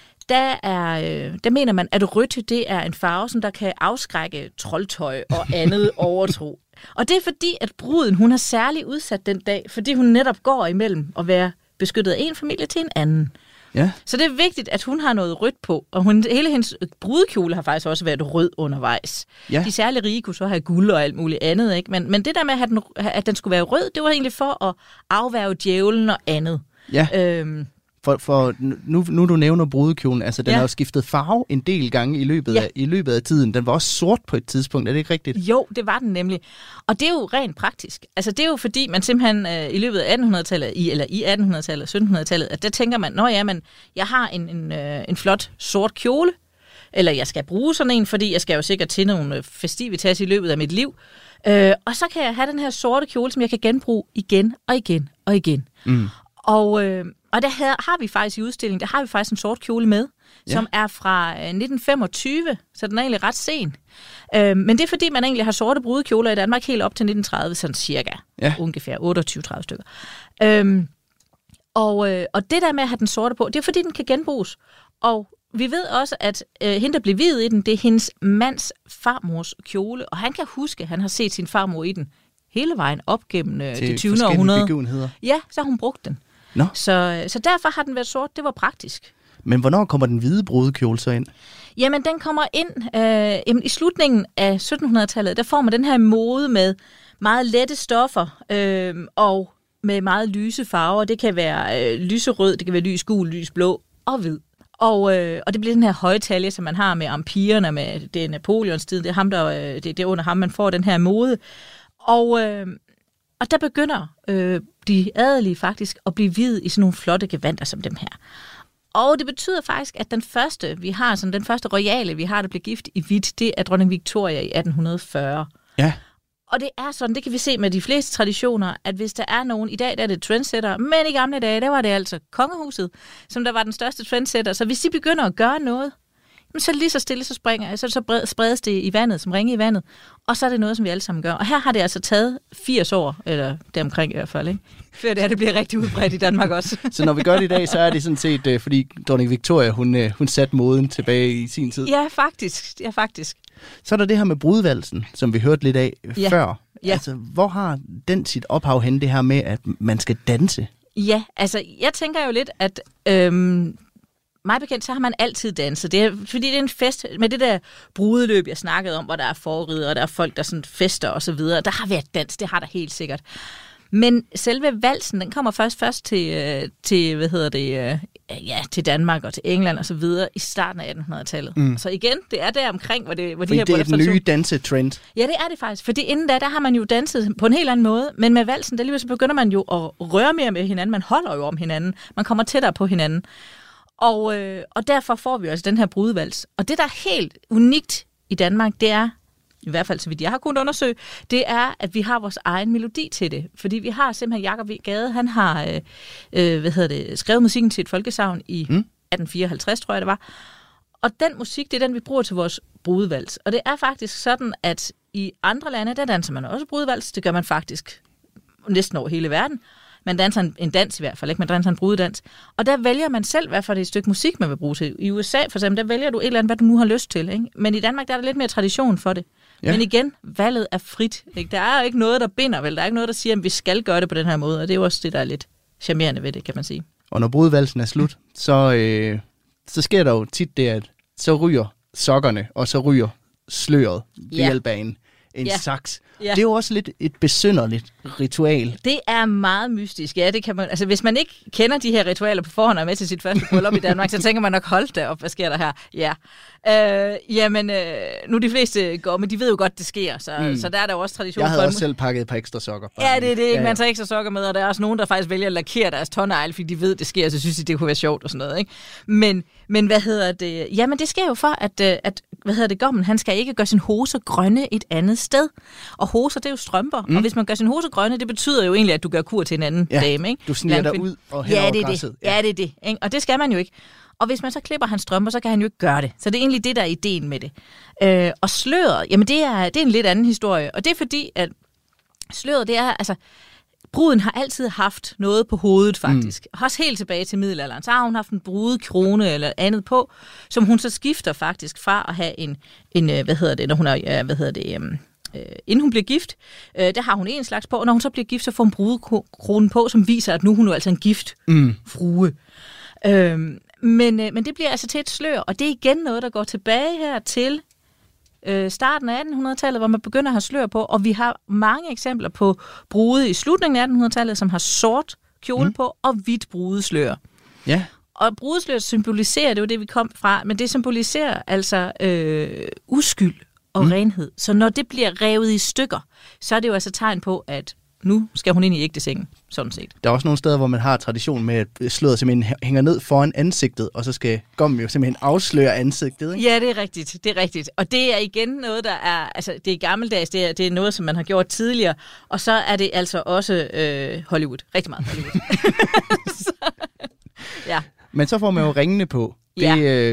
Speaker 4: der mener man, at rødt, det er en farve, som der kan afskrække troldtøj og andet overtro. Og det er fordi, at bruden, hun er særlig udsat den dag, fordi hun netop går imellem at være beskyttet af en familie til en anden.
Speaker 3: Ja.
Speaker 4: Så det er vigtigt, at hun har noget rødt på, og hele hendes brudekjole har faktisk også været rød undervejs. Ja. De særlig rige kunne så have guld og alt muligt andet, ikke? Men det der med, at den skulle være rød, det var egentlig for at afværge djævlen og andet.
Speaker 3: Ja. For nu du nævner brudekjolen, altså den har jo skiftet farve en del gange i løbet af tiden. Den var også sort på et tidspunkt, er det ikke rigtigt?
Speaker 4: Jo, det var den nemlig. Og det er jo rent praktisk. Altså det er jo fordi, man simpelthen i løbet af 1800-tallet, i 1800-tallet, 1700-tallet, at der tænker man, jeg har en flot sort kjole, eller jeg skal bruge sådan en, fordi jeg skal jo sikkert til nogle festivitas i løbet af mit liv. Og så kan jeg have den her sorte kjole, som jeg kan genbruge igen og igen og igen. Mm. Og der har vi faktisk i udstillingen, der har vi faktisk en sort kjole med, som er fra 1925, så den er egentlig ret sen. Men det er fordi, man egentlig har sorte brudekjoler i Danmark helt op til 1930, sådan cirka, ungefær 28-30 stykker. Og det der med at have den sorte på, det er fordi, den kan genbruges. Og vi ved også, at hende, der blev viet i den, det er hendes mands farmors kjole, og han kan huske, at han har set sin farmor i den hele vejen op gennem det 20. århundrede. Ja, så har hun brugt den.
Speaker 3: No.
Speaker 4: Så derfor har den været sort. Det var praktisk.
Speaker 3: Men hvornår kommer den hvide brudekjole så ind?
Speaker 4: Jamen, den kommer ind i slutningen af 1700-tallet. Der får man den her mode med meget lette stoffer og med meget lyse farver. Det kan være lyserød, det kan være lysgul, lysblå og hvid. Og det bliver den her højtalje, som man har med ampirerne, med det er Napoleons tid. Det er ham, det er under ham, man får den her mode. Og der begynder de adelige faktisk at blive hvide i sådan nogle flotte gevanter som dem her. Og det betyder faktisk, at den første royale, vi har, der blev gift i hvidt, det er dronning Victoria i 1840. Ja. Og det er sådan, det kan vi se med de fleste traditioner, at hvis der er nogen, i dag der er det trendsetter, men i gamle dage, der var det altså kongehuset, som der var den største trendsetter. Så hvis de begynder at gøre noget, så lige så stille, så spredes det i vandet, som ringe i vandet, og så er det noget, som vi alle sammen gør. Og her har det altså taget 80 år, eller deromkring i hvert fald, ikke? Før det bliver rigtig udbredt i Danmark også.
Speaker 3: Så når vi gør det i dag, så er det sådan set, fordi dronning Victoria, hun satte moden tilbage i sin tid.
Speaker 4: Ja, faktisk.
Speaker 3: Så er der det her med brudvalsen, som vi hørte lidt af før. Ja. Altså, hvor har den sit ophav hen, det her med, at man skal danse?
Speaker 4: Ja, altså, jeg tænker jo lidt, at mig bekendt, så har man altid danset. Det er, fordi det er en fest med det der brudeløb, jeg snakkede om, hvor der er forrider, og der er folk, der sådan fester og så videre. Der har været dans, det har der helt sikkert. Men selve valsen, den kommer først til til Danmark og til England og så videre i starten af 1800-tallet. Så igen, det er der omkring, hvor de her...
Speaker 3: Det er den nye dansetrend.
Speaker 4: Ja, det er det faktisk. Fordi inden da, der har man jo danset på en helt anden måde. Men med valsen, der så begynder man jo at røre mere med hinanden. Man holder jo om hinanden. Man kommer tættere på hinanden. Og derfor får vi også den her brudevals. Og det, der er helt unikt i Danmark, det er, i hvert fald så vidt jeg har kunnet undersøge, det er, at vi har vores egen melodi til det. Fordi vi har simpelthen Jakob V. Gade, han har skrevet musikken til et folkesagn i 1854, tror jeg det var. Og den musik, det er den, vi bruger til vores brudevals. Og det er faktisk sådan, at i andre lande, der danser man også brudevals. Det gør man faktisk næsten over hele verden. Man danser en dans i hvert fald, ikke? Man danser en brudedans. Og der vælger man selv, hvad for det et stykke musik, man vil bruge til. I USA for eksempel, der vælger du et eller andet, hvad du nu har lyst til. Ikke? Men i Danmark, der er der lidt mere tradition for det. Ja. Men igen, valget er frit. Ikke? Der er ikke noget, der binder, vel? Der er ikke noget, der siger, at vi skal gøre det på den her måde. Og det er jo også det, der er lidt charmerende ved det, kan man sige. Og
Speaker 3: når brudevalsen er slut, så sker der jo tit det, at så ryger sokkerne, og så ryger sløret ved hjælp af en saks. Ja. Det er jo også lidt et besynderligt ritual.
Speaker 4: Det er meget mystisk, ja. Det kan man, altså, hvis man ikke kender de her ritualer på forhånd og er med til sit første bryllup i Danmark, så tænker man nok, hold da op, hvad sker der her? Ja. Nu de fleste går, men de ved jo godt, det sker, så der er der jo også tradition.
Speaker 3: Jeg havde også selv pakket et par ekstra sokker.
Speaker 4: Ja, det er det. Ja. Man tager ekstra sokker med, og der er også nogen, der faktisk vælger at lakere deres tånegle, fordi de ved, det sker, så synes de, det kunne være sjovt og sådan noget. Ikke? Men hvad hedder det? Jamen, det sker jo for, at gommen, han skal ikke gøre sin hoser grønne et andet sted. Og hoser, det er jo strømper. Og hvis man gør sin hoser grønne, det betyder jo egentlig, at du gør kur til en anden dame. Ikke?
Speaker 3: Du sniger dig ud og hen over græsset.
Speaker 4: Ja, det er det. Ikke? Og det skal man jo ikke. Og hvis man så klipper hans strømper, så kan han jo ikke gøre det. Så det er egentlig det, der er ideen med det. Og sløret, jamen det er en lidt anden historie. Og det er fordi, at sløret, det er, altså, bruden har altid haft noget på hovedet, faktisk. Også helt tilbage til middelalderen. Så har hun haft en brudekrone eller andet på, som hun så skifter faktisk fra at have når hun er, inden hun bliver gift, der har hun en slags på, og når hun så bliver gift, så får hun brudekronen på, som viser, at nu hun er altså en gift frue. Men det bliver altså til et slør, og det er igen noget, der går tilbage her til starten af 1800-tallet, hvor man begynder at have slør på, og vi har mange eksempler på brude i slutningen af 1800-tallet, som har sort kjole på og hvidt brudeslør. Ja. Og brudeslør symboliserer, det er jo det, vi kom fra, men det symboliserer altså uskyld og renhed. Så når det bliver revet i stykker, så er det jo altså tegn på, at nu skal hun ind i ægtesengen, sådan set.
Speaker 3: Der er også nogle steder, hvor man har tradition med, at sløret simpelthen hænger ned foran ansigtet, og så skal gommen jo simpelthen afsløre ansigtet, ikke?
Speaker 4: Ja, det er rigtigt. Og det er igen noget, der er, altså det er gammeldags, det er noget, som man har gjort tidligere, og så er det altså også Hollywood. Rigtig meget Hollywood. Så, ja.
Speaker 3: Men så får man jo ringene på. Det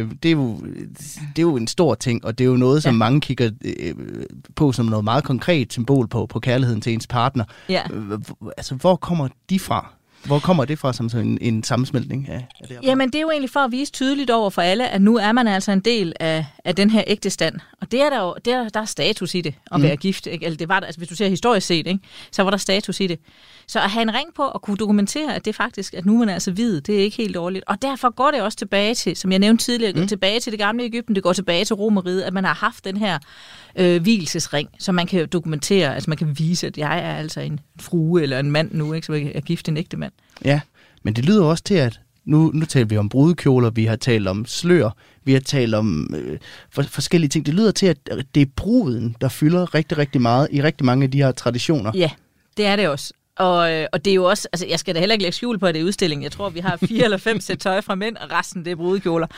Speaker 3: er jo en stor ting, og det er jo noget, som mange kigger på som noget meget konkret symbol på kærligheden til ens partner. Ja. Altså, hvor kommer de fra? Hvor kommer det fra som sådan en sammensmeltning af det her?
Speaker 4: Jamen, det er jo egentlig for at vise tydeligt over for alle, at nu er man altså en del af den her ægte stand. Og det er der jo, der er status i det, at være gift. Ikke? Eller det var der, altså hvis du ser historisk set, ikke? Så var der status i det. Så at have en ring på og kunne dokumentere, at det faktisk, at nu man er altså hvid, det er ikke helt dårligt. Og derfor går det også tilbage til, som jeg nævnte tidligere, tilbage til det gamle Egypten, det går tilbage til Romerriget, at man har haft den her vielsesring, så man kan dokumentere, altså man kan vise, at jeg er altså en frue eller en mand nu, ikke, som er gift en ægte mand. Ja,
Speaker 3: men det lyder også til, at nu taler vi om brudekjoler, vi har talt om slør, vi har talt om forskellige ting. Det lyder til, at det er bruden, der fylder rigtig, rigtig meget i rigtig mange af de her traditioner.
Speaker 4: Ja, det er det også. Og det er jo også, altså jeg skal da heller ikke lægge skjul på, at det er udstilling. Jeg tror, vi har 4 eller 5 sæt tøj fra mænd, og resten det er brudekjoler.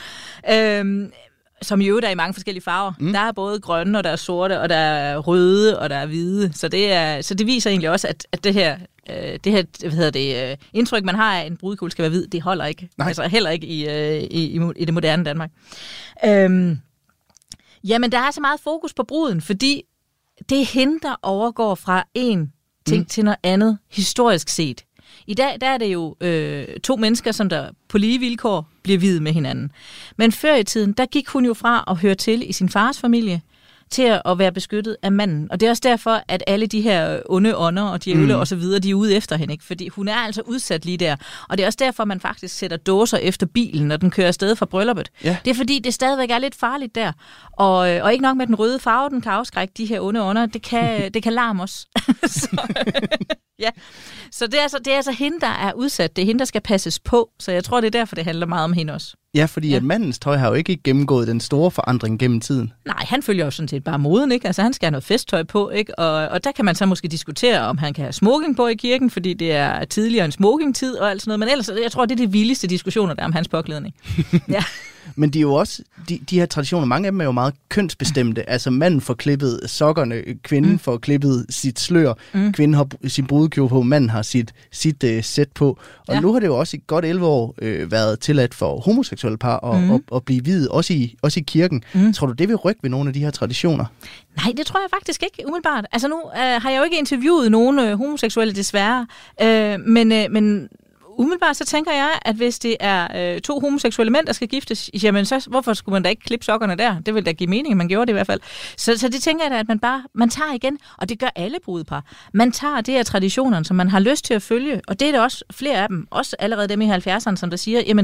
Speaker 4: Som jo der er i mange forskellige farver. Der er både grønne, og der er sorte, og der er røde, og der er hvide. Så det viser egentlig også, at det her indtryk, man har af, en brudekjole skal være hvid, det holder ikke. Nej. Altså heller ikke i det moderne Danmark. Jamen, der er så meget fokus på bruden, fordi det er hende, der overgår fra en ting til noget andet, historisk set. I dag der er det jo 2 mennesker, som der på lige vilkår bliver viet med hinanden. Men før i tiden, der gik hun jo fra at høre til i sin fars familie, til at være beskyttet af manden. Og det er også derfor, at alle de her onde ånder og djævle og så videre, de er ude efter hende, ikke? Fordi hun er altså udsat lige der. Og det er også derfor, man faktisk sætter dåser efter bilen, når den kører afsted fra brylluppet. Ja. Det er fordi, det stadigvæk er lidt farligt der. Og ikke nok med den røde farve, den kan afskrække de her onde ånder, det kan larme os. Så det er altså hende, der er udsat. Det er hende, der skal passes på. Så jeg tror, det er derfor, det handler meget om hende også.
Speaker 3: Ja, fordi at mandens tøj har jo ikke gennemgået den store forandring gennem tiden.
Speaker 4: Nej, han følger jo sådan set bare moden, ikke? Altså, han skal have noget festtøj på, ikke? Og der kan man så måske diskutere, om han kan have smoking på i kirken, fordi det er tidligere en smokingtid og alt sådan noget. Men ellers, jeg tror, det er de vildeste diskussioner, der er om hans påklædning. Ja.
Speaker 3: Men de er jo også, de her traditioner, mange af dem er jo meget kønsbestemte. Altså manden får klippet sokkerne, kvinden får klippet sit slør, kvinden har sin brudekjole på, manden har sit sæt på. Og nu har det jo også i godt 11 år været tilladt for homoseksuelle par at blive viet, også i kirken. Tror du, det vil rykke ved nogle af de her traditioner?
Speaker 4: Nej, det tror jeg faktisk ikke, umiddelbart. Altså nu har jeg jo ikke interviewet nogen homoseksuelle, desværre. Men umiddelbart så tænker jeg, at hvis det er 2 homoseksuelle mænd, der skal giftes, jamen så hvorfor skulle man da ikke klippe sokkerne der? Det vil da give mening, at man gjorde det i hvert fald. Så det tænker jeg da, at man tager igen, og det gør alle brudepar. Man tager det af traditionerne, som man har lyst til at følge, og det er der også flere af dem, også allerede dem i 70'erne, som der siger, jamen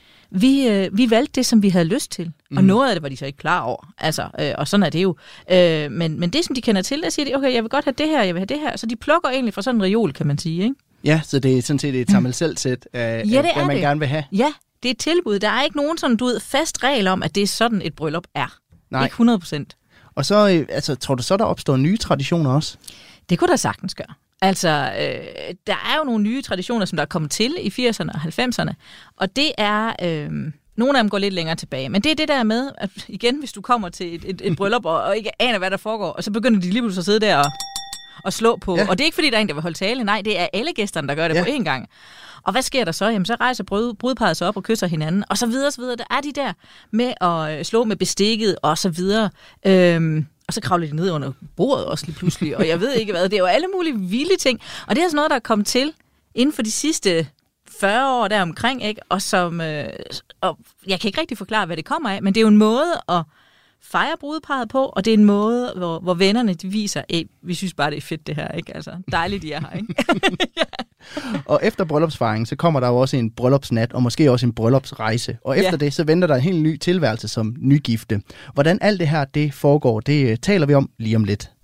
Speaker 4: vi valgte det, som vi havde lyst til. Og noget af det var de så ikke klar over. Altså, og sådan er det jo. Men det, som de kender til, der siger de, okay, jeg vil godt have det her, jeg vil have det her. Så de plukker egentlig fra sådan en reol, kan man sige, ikke? Ja,
Speaker 3: så det er sådan set et sammelselsæt af, hvad man gerne vil have.
Speaker 4: Ja, det er et tilbud. Der er ikke nogen sådan, fast regel om, at det er sådan et bryllup er. Nej. Ikke 100%.
Speaker 3: Og så, tror du så, der opstår nye traditioner også?
Speaker 4: Det kunne der sagtens gøre. Altså, der er jo nogle nye traditioner, som der er kommet til i 80'erne og 90'erne. Og det er... nogle af dem går lidt længere tilbage. Men det er det der med, at igen, hvis du kommer til et bryllup og ikke aner, hvad der foregår, og så begynder de lige pludselig at sidde der og slå på. Ja. Og det er ikke, fordi der er en, der vil holde tale. Nej, det er alle gæsterne, der gør det på én gang. Og hvad sker der så? Jamen, så rejser brudparret sig op og kysser hinanden, og så videre, så videre. Der er de der med at slå med bestikket, og så videre. Og så kravler de ned under bordet også lige pludselig, og jeg ved ikke hvad. Det er jo alle mulige vilde ting. Og det er sådan noget, der er kommet til inden for de sidste 40 år der omkring, ikke? Og som og jeg kan ikke rigtig forklare, hvad det kommer af, men det er jo en måde at fejre brudeparret på, og det er en måde, hvor vennerne de viser, vi synes bare, det er fedt det her, ikke? Altså, dejligt, de er her, ikke? Ja.
Speaker 3: Og efter bryllupsfejringen, så kommer der jo også en bryllupsnat, og måske også en bryllupsrejse. Og efter det, så venter der en helt ny tilværelse som nygifte. Hvordan alt det her, det foregår, det taler vi om lige om lidt.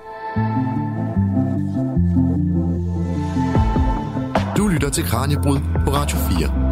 Speaker 2: Du lytter til Kraniebrud på Radio 4.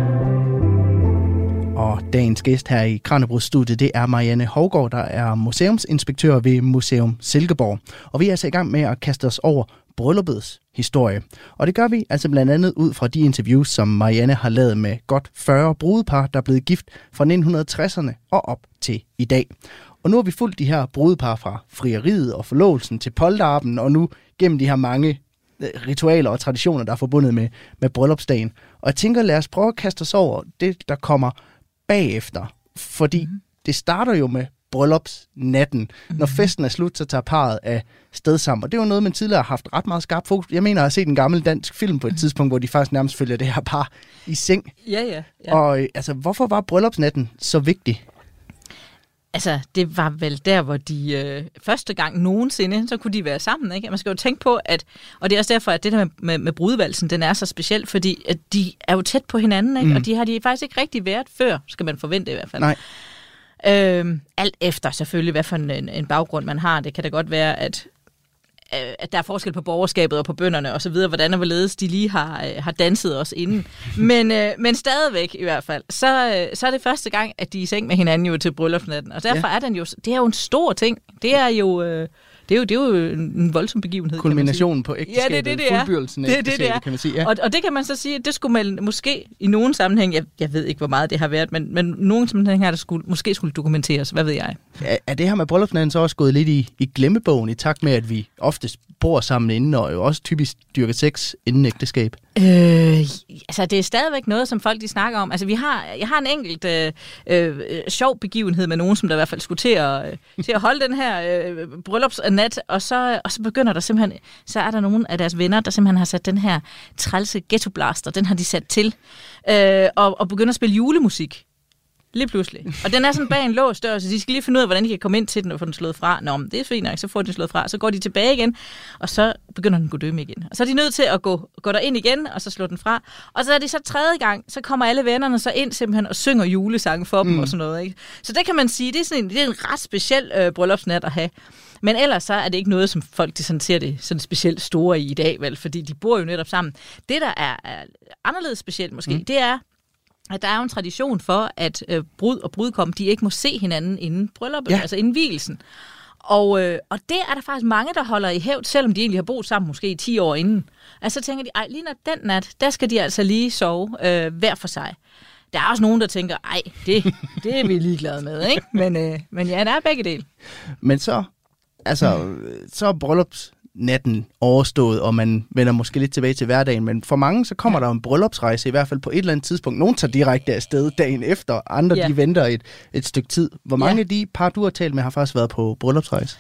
Speaker 3: Og dagens gæst her i Kraniebrud-studiet, det er Marianne Hougaard, der er museumsinspektør ved Museum Silkeborg. Og vi er altså i gang med at kaste os over brylluppets historie. Og det gør vi altså blandt andet ud fra de interviews, som Marianne har lavet med godt 40 brudepar, der er blevet gift fra 1960'erne og op til i dag. Og nu har vi fulgt de her brudepar fra frieriet og forlovelsen til polterappen, og nu gennem de her mange ritualer og traditioner, der er forbundet med bryllupsdagen. Og jeg tænker, lad os prøve at kaste os over det, der kommer bagefter. Fordi det starter jo med bryllupsnatten. Når festen er slut, så tager parret af sted sammen. Og det er jo noget, man tidligere har haft ret meget skarp fokus. Jeg mener, jeg har set en gammel dansk film på et tidspunkt, hvor de faktisk nærmest følger det her par i seng.
Speaker 4: Ja.
Speaker 3: Og altså, hvorfor var bryllupsnatten så vigtig?
Speaker 4: Altså, det var vel der, hvor de første gang nogensinde, så kunne de være sammen, ikke? Man skal jo tænke på, at, og det er også derfor, at det der med brudevalsen, den er så speciel, fordi at de er jo tæt på hinanden, ikke? Og de har de faktisk ikke rigtig været før, skal man forvente i hvert fald.
Speaker 3: Nej.
Speaker 4: Alt efter selvfølgelig, hvad for en baggrund man har. Det kan da godt være, at der er forskel på borgerskabet og på bønderne og så videre, hvordan og hvorledes de lige har danset os inden. Men stadigvæk i hvert fald, så er det første gang, at de er i seng med hinanden jo til bryllupsnatten. Og derfor er den jo, det er jo en stor ting. Det er jo en voldsom begivenhed.
Speaker 3: Kulminationen på ægteskabet,
Speaker 4: det er.
Speaker 3: Fuldbyrdelsen af ægteskabet, kan man sige. Ja.
Speaker 4: Og det kan man så sige, det skulle man måske i nogen sammenhæng, jeg ved ikke, hvor meget det har været, men nogen sammenhæng her, der måske skulle dokumenteres, hvad ved jeg.
Speaker 3: Er det her med bryllupsnatten så også gået lidt i glemmebogen, i takt med, at vi oftest bor sammen inden, og jo også typisk dyrker sex inden ægteskab?
Speaker 4: Altså, det er stadigvæk noget, som folk de snakker om. Altså, jeg har en enkelt sjov begivenhed med nogen, som der i hvert fald skulle til at holde den her bryllupsnat, og så begynder der simpelthen, så er der nogen af deres venner, der simpelthen har sat den her trælse ghettoblaster, den har de sat til, og begynder at spille julemusik. Lige pludselig. Og den er sådan bag en låst dør, så de skal lige finde ud af, hvordan de kan komme ind til den og få den slået fra. Nå, men det er fint nok, så får de den slået fra. Så går de tilbage igen, og så begynder den at gå dømme igen. Og så er de nødt til at gå derind igen, og så slå den fra. Og så er det så tredje gang, så kommer alle vennerne så ind simpelthen og synger julesange for dem og sådan noget. Ikke? Så det kan man sige, det er en ret speciel bryllupsnat at have. Men ellers så er det ikke noget, som folk de sådan ser det sådan specielt store i dag, vel? Fordi de bor jo netop sammen. Det, der er anderledes specielt måske, det er, at der er jo en tradition for, at brud og brudgom, de ikke må se hinanden inden brylluppet, altså inden vielsen. Og det er der faktisk mange, der holder i hævd, selvom de egentlig har boet sammen måske i 10 år inden. Altså så tænker de, lige når den nat, der skal de altså lige sove hver for sig. Der er også nogen, der tænker, det er vi ligeglade med, ikke? Men ja, der er begge dele.
Speaker 3: Men så er bryllupsnatten overstået, og man vender måske lidt tilbage til hverdagen, men for mange, så kommer der en bryllupsrejse, i hvert fald på et eller andet tidspunkt. Nogle tager direkte afsted dagen efter, andre de venter et stykke tid. Hvor mange af de par, du har talt med, har faktisk været på bryllupsrejse?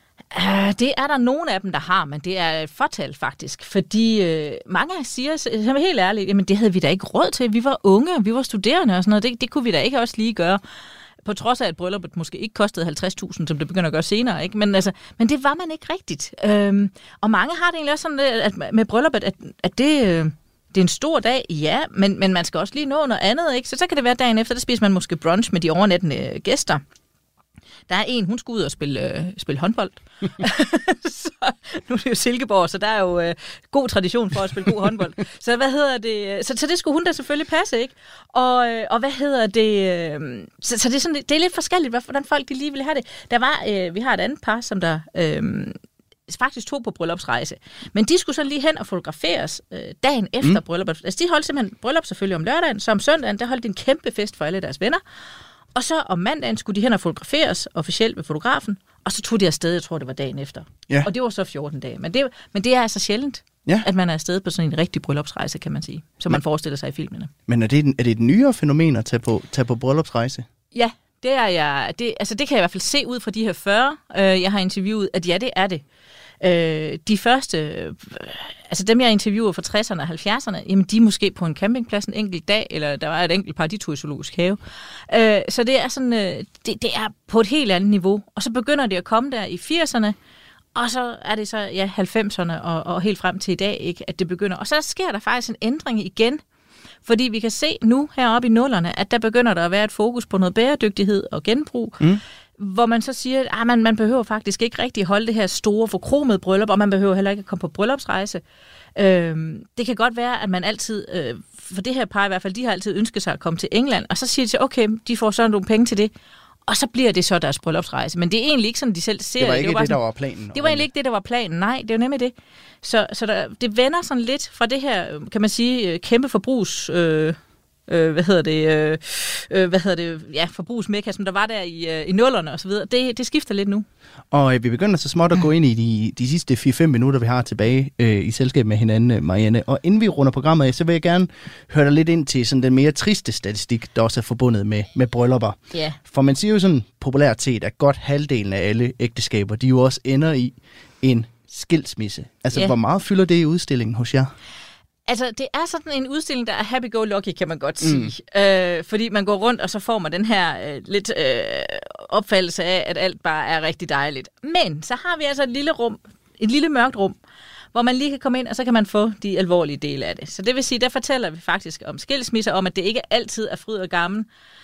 Speaker 4: Det er der nogle af dem, der har, men det er et fortal faktisk, fordi mange siger, som er helt ærligt, jamen det havde vi da ikke råd til. Vi var unge, vi var studerende og sådan noget, det kunne vi da ikke også lige gøre. På trods af, at brylluppet måske ikke kostede 50.000, som det begynder at gøre senere. Ikke? Men det var man ikke rigtigt. Og mange har det egentlig også sådan, at med brylluppet, at det er en stor dag, ja, men man skal også lige nå noget andet. Ikke? Så kan det være dagen efter, der spiser man måske brunch med de overnattende gæster. Der er en, hun skal ud og spille håndbold. Så, nu er det jo Silkeborg, så der er jo god tradition for at spille god håndbold. Så så det skulle hun da selvfølgelig passe, ikke? Og hvad hedder det? Så det er sådan, det er lidt forskelligt, hvordan folk de lige vil have det. Vi har et andet par, som der faktisk tog på bryllupsrejse, men de skulle så lige hen og fotograferes dagen efter brylluppet. Altså, de holdt simpelthen bryllup selvfølgelig om lørdagen, så om søndagen, der holdt de en kæmpe fest for alle deres venner. Og så om mandagen skulle de hen og fotograferes officielt ved fotografen, og så tog de afsted, jeg tror det var dagen efter. Ja. Og det var så 14 dage. Men det er altså sjældent, at man er afsted på sådan en rigtig bryllupsrejse, kan man sige, som man forestiller sig i filmene. Men
Speaker 3: er det et nyere fænomen at tage på bryllupsrejse?
Speaker 4: Ja, det er jeg. Det kan jeg i hvert fald se ud fra de her 40, jeg har interviewet, at ja, det er det. De første, altså dem jeg interviewer fra 60'erne og 70'erne, jamen de er måske på en campingplads en enkelt dag, eller der var et enkelt par, de tog i zoologisk have. Så det er sådan, det er på et helt andet niveau. Og så begynder det at komme der i 80'erne, og så er det så 90'erne og helt frem til i dag, ikke, at det begynder. Og så sker der faktisk en ændring igen, fordi vi kan se nu heroppe i nullerne, at der begynder der at være et fokus på noget bæredygtighed og genbrug, hvor man så siger, at man behøver faktisk ikke rigtig holde det her store forkromede bryllup, og man behøver heller ikke at komme på bryllupsrejse. Det kan godt være, at man altid, for det her par i hvert fald, de har altid ønsket sig at komme til England, og så siger de, okay, de får så nogle penge til det, Og så bliver det så deres bryllupsrejse. Men det er egentlig ikke sådan, de selv ser det.
Speaker 3: Det var ikke det, der var planen.
Speaker 4: Det var egentlig ikke det, der var planen. Nej, det er jo nemlig det. Så det vender sådan lidt fra det her, kan man sige, kæmpe forbrugs... forbrugsmekka, som der var der i nullerne og så videre. Det skifter lidt nu.
Speaker 3: Og vi begynder så småt at gå ind i de sidste 4-5 minutter, vi har tilbage i selskab med hinanden, Marianne. Og inden vi runder programmet af, så vil jeg gerne høre dig lidt ind til sådan den mere triste statistik, der også er forbundet med bryllupper.
Speaker 4: Yeah.
Speaker 3: For man siger jo sådan populært set, at godt halvdelen af alle ægteskaber, de jo også ender i en skilsmisse. Altså, hvor meget fylder det i udstillingen hos jer?
Speaker 4: Altså, det er sådan en udstilling, der er happy-go-lucky, kan man godt sige. Fordi man går rundt, og så får man den her lidt opfattelse af, at alt bare er rigtig dejligt. Men så har vi altså et lille mørkt rum, hvor man lige kan komme ind, og så kan man få de alvorlige dele af det. Så det vil sige, der fortæller vi faktisk om skilsmisser, om at det ikke altid er fryd og gammel.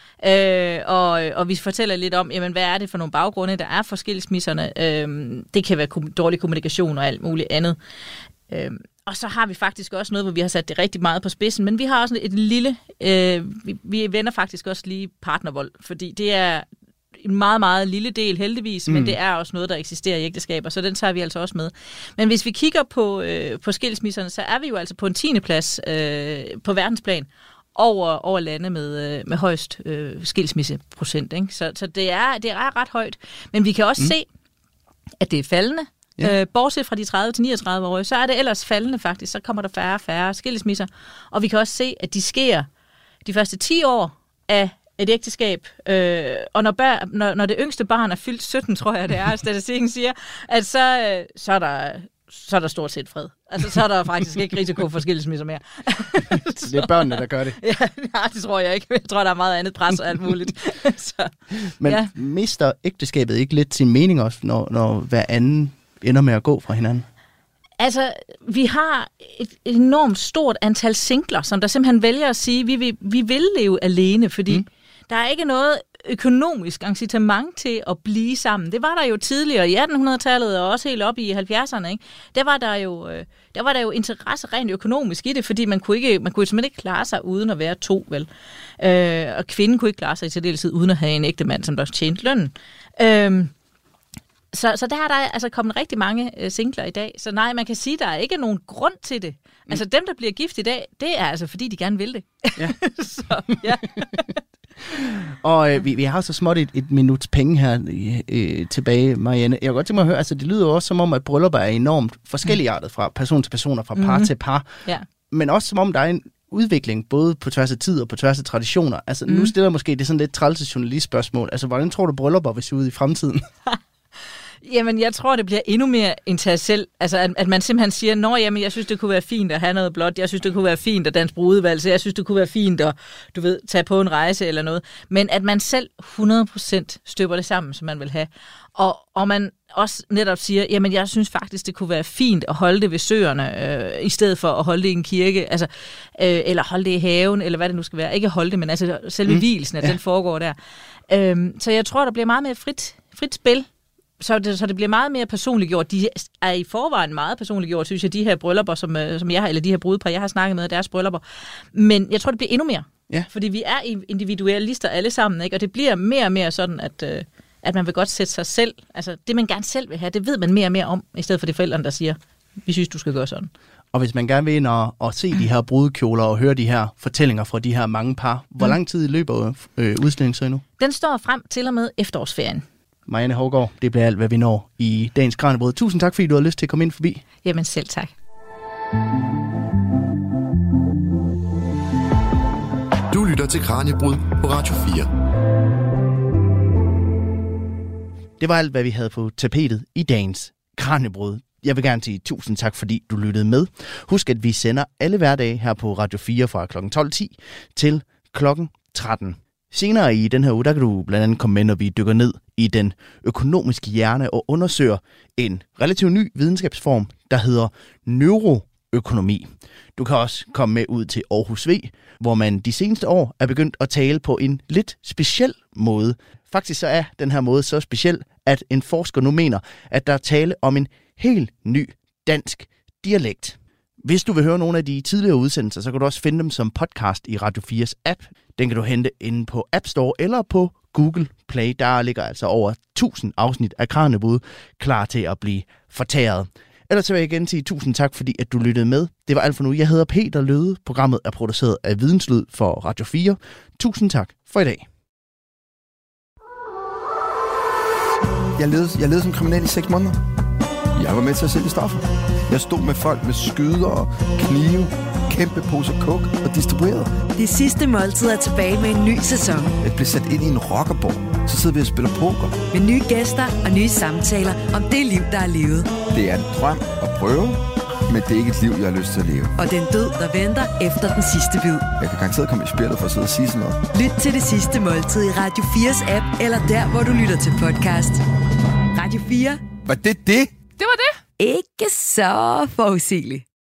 Speaker 4: Og vi fortæller lidt om, jamen, hvad er det for nogle baggrunde, der er for skilsmisserne. Det kan være dårlig kommunikation og alt muligt andet. Og så har vi faktisk også noget, hvor vi har sat det rigtig meget på spidsen, men vi har også et lille, vi vender faktisk også lige partnervold, fordi det er en meget, meget lille del heldigvis, men det er også noget, der eksisterer i ægteskaber, så den tager vi altså også med. Men hvis vi kigger på skilsmisserne, så er vi jo altså på en 10. plads på verdensplan over lande med højst skilsmisseprocent. Ikke? Så det er ret højt, men vi kan også se, at det er faldende. Ja. Bortset fra de 30 til 39 år, så er det ellers faldende faktisk. Så kommer der færre og færre skilsmisser. Og vi kan også se, at de sker de første 10 år af et ægteskab. Og når det yngste barn er fyldt 17, tror jeg det er, statistikken siger, at så er der stort set fred. Altså, så er der faktisk ikke risiko for skilsmisser mere.
Speaker 3: Det er børnene, der gør det.
Speaker 4: Nej, det tror jeg ikke. Jeg tror, der er meget andet pres og alt muligt.
Speaker 3: Men mister ægteskabet ikke lidt sin mening også, når hver anden ender med at gå fra hinanden?
Speaker 4: Altså, vi har et enormt stort antal singler, som der simpelthen vælger at sige, vi vil leve alene, fordi der er ikke noget økonomisk incitament til at blive sammen. Det var der jo tidligere i 1800-tallet og også helt op i 70'erne. Ikke? Der var der jo interesse rent økonomisk i det, fordi man kunne simpelthen ikke klare sig uden at være to, vel? Og kvinden kunne ikke klare sig i særdeleshed uden at have en ægtemand, som der tjente lønnen. Så der er der altså kommet rigtig mange singler i dag. Så nej, man kan sige, der er ikke nogen grund til det. Altså dem, der bliver gift i dag, det er altså fordi, de gerne vil det. Ja. Så, ja.
Speaker 3: Og vi har så småt et minuts penge her tilbage, Marianne. Jeg kan godt tænke mig at høre, altså det lyder jo også som om, at bryllupper er enormt forskelligartet fra person til person og fra par til par. Ja. Men også som om, der er en udvikling, både på tværs af tid og på tværs af traditioner. Altså nu stiller måske det sådan lidt trælse journalistspørgsmål. Altså hvordan tror du, bryllupper vil se ud i fremtiden?
Speaker 4: Jamen, jeg tror, det bliver endnu mere end til selv. Altså, at man simpelthen siger, jamen, jeg synes, det kunne være fint at have noget blåt. Jeg synes, det kunne være fint at danse brudevalse. Jeg synes, det kunne være fint at, tage på en rejse eller noget. Men at man selv 100% støber det sammen, som man vil have. Og man også netop siger, jamen, jeg synes faktisk, det kunne være fint at holde det ved søerne, i stedet for at holde det i en kirke, altså, eller holde det i haven, eller hvad det nu skal være. Ikke holde det, men altså selve vielsen, at den foregår der. Så jeg tror, der bliver meget mere frit spil. Så det bliver meget mere personliggjort. De er i forvejen meget personliggjort, synes jeg, de her bryllupper, som jeg har, eller de her brudepar, jeg har snakket med, deres bryllupper. Men jeg tror, det bliver endnu mere. Ja. Fordi vi er individualister alle sammen, ikke? Og det bliver mere og mere sådan, at man vil godt sætte sig selv, altså det, man gerne selv vil have, det ved man mere og mere om, i stedet for det forældrene, der siger, vi synes, du skal gøre sådan. Og
Speaker 3: hvis man gerne vil ind og se de her brudekjoler og høre de her fortællinger fra de her mange par, hvor lang tid løber udstillingen så endnu?
Speaker 4: Den står frem til og med efterårsferien.
Speaker 3: Marianne Hougaard, det bliver alt, hvad vi når i dagens Kraniebrud. Tusind tak, fordi du har lyst til at komme ind forbi.
Speaker 4: Jamen selv tak.
Speaker 2: Du lytter til Kraniebrud på Radio 4.
Speaker 3: Det var alt, hvad vi havde på tapetet i dagens Kraniebrud. Jeg vil gerne sige tusind tak, fordi du lyttede med. Husk, at vi sender alle hverdage her på Radio 4 fra kl. 12.10 til kl. 13. Senere i den her uge, der kan du blandt andet komme med, når vi dykker ned i den økonomiske hjerne og undersøger en relativt ny videnskabsform, der hedder neuroøkonomi. Du kan også komme med ud til Aarhus V, hvor man de seneste år er begyndt at tale på en lidt speciel måde. Faktisk så er den her måde så speciel, at en forsker nu mener, at der er tale om en helt ny dansk dialekt. Hvis du vil høre nogle af de tidligere udsendelser, så kan du også finde dem som podcast i Radio 4's app. Den kan du hente inde på App Store eller på Google Play. Der ligger altså over 1000 afsnit af Kraniebrud klar til at blive fortæret. Ellers vil jeg igen sige tusind tak, fordi at du lyttede med. Det var alt for nu. Jeg hedder Peter Løde. Programmet er produceret af Videnslyd for Radio 4. Tusind tak for i dag.
Speaker 1: Jeg levede som kriminel i 6 måneder. Jeg var med til at sælge stoffer. Jeg stod med folk med skyder og knive, kæmpe poser coke og distribuerede.
Speaker 5: Det sidste måltid er tilbage med en ny sæson.
Speaker 1: Jeg blev sat ind i en rockerborg. Så sidder vi og spiller poker.
Speaker 5: Med nye gæster og nye samtaler om det liv, der er levet.
Speaker 1: Det er en drøm at prøve, men det er ikke et liv, jeg har lyst til at leve.
Speaker 5: Og den død, der venter efter den sidste bid.
Speaker 1: Jeg kan garanteret komme i spjældet for at sidde og sige sådan noget.
Speaker 5: Lyt til Det Sidste Måltid i Radio 4's app, eller der, hvor du lytter til podcast. Radio 4.
Speaker 1: Var det det?
Speaker 5: Det var det. Ikke så forudsigeligt.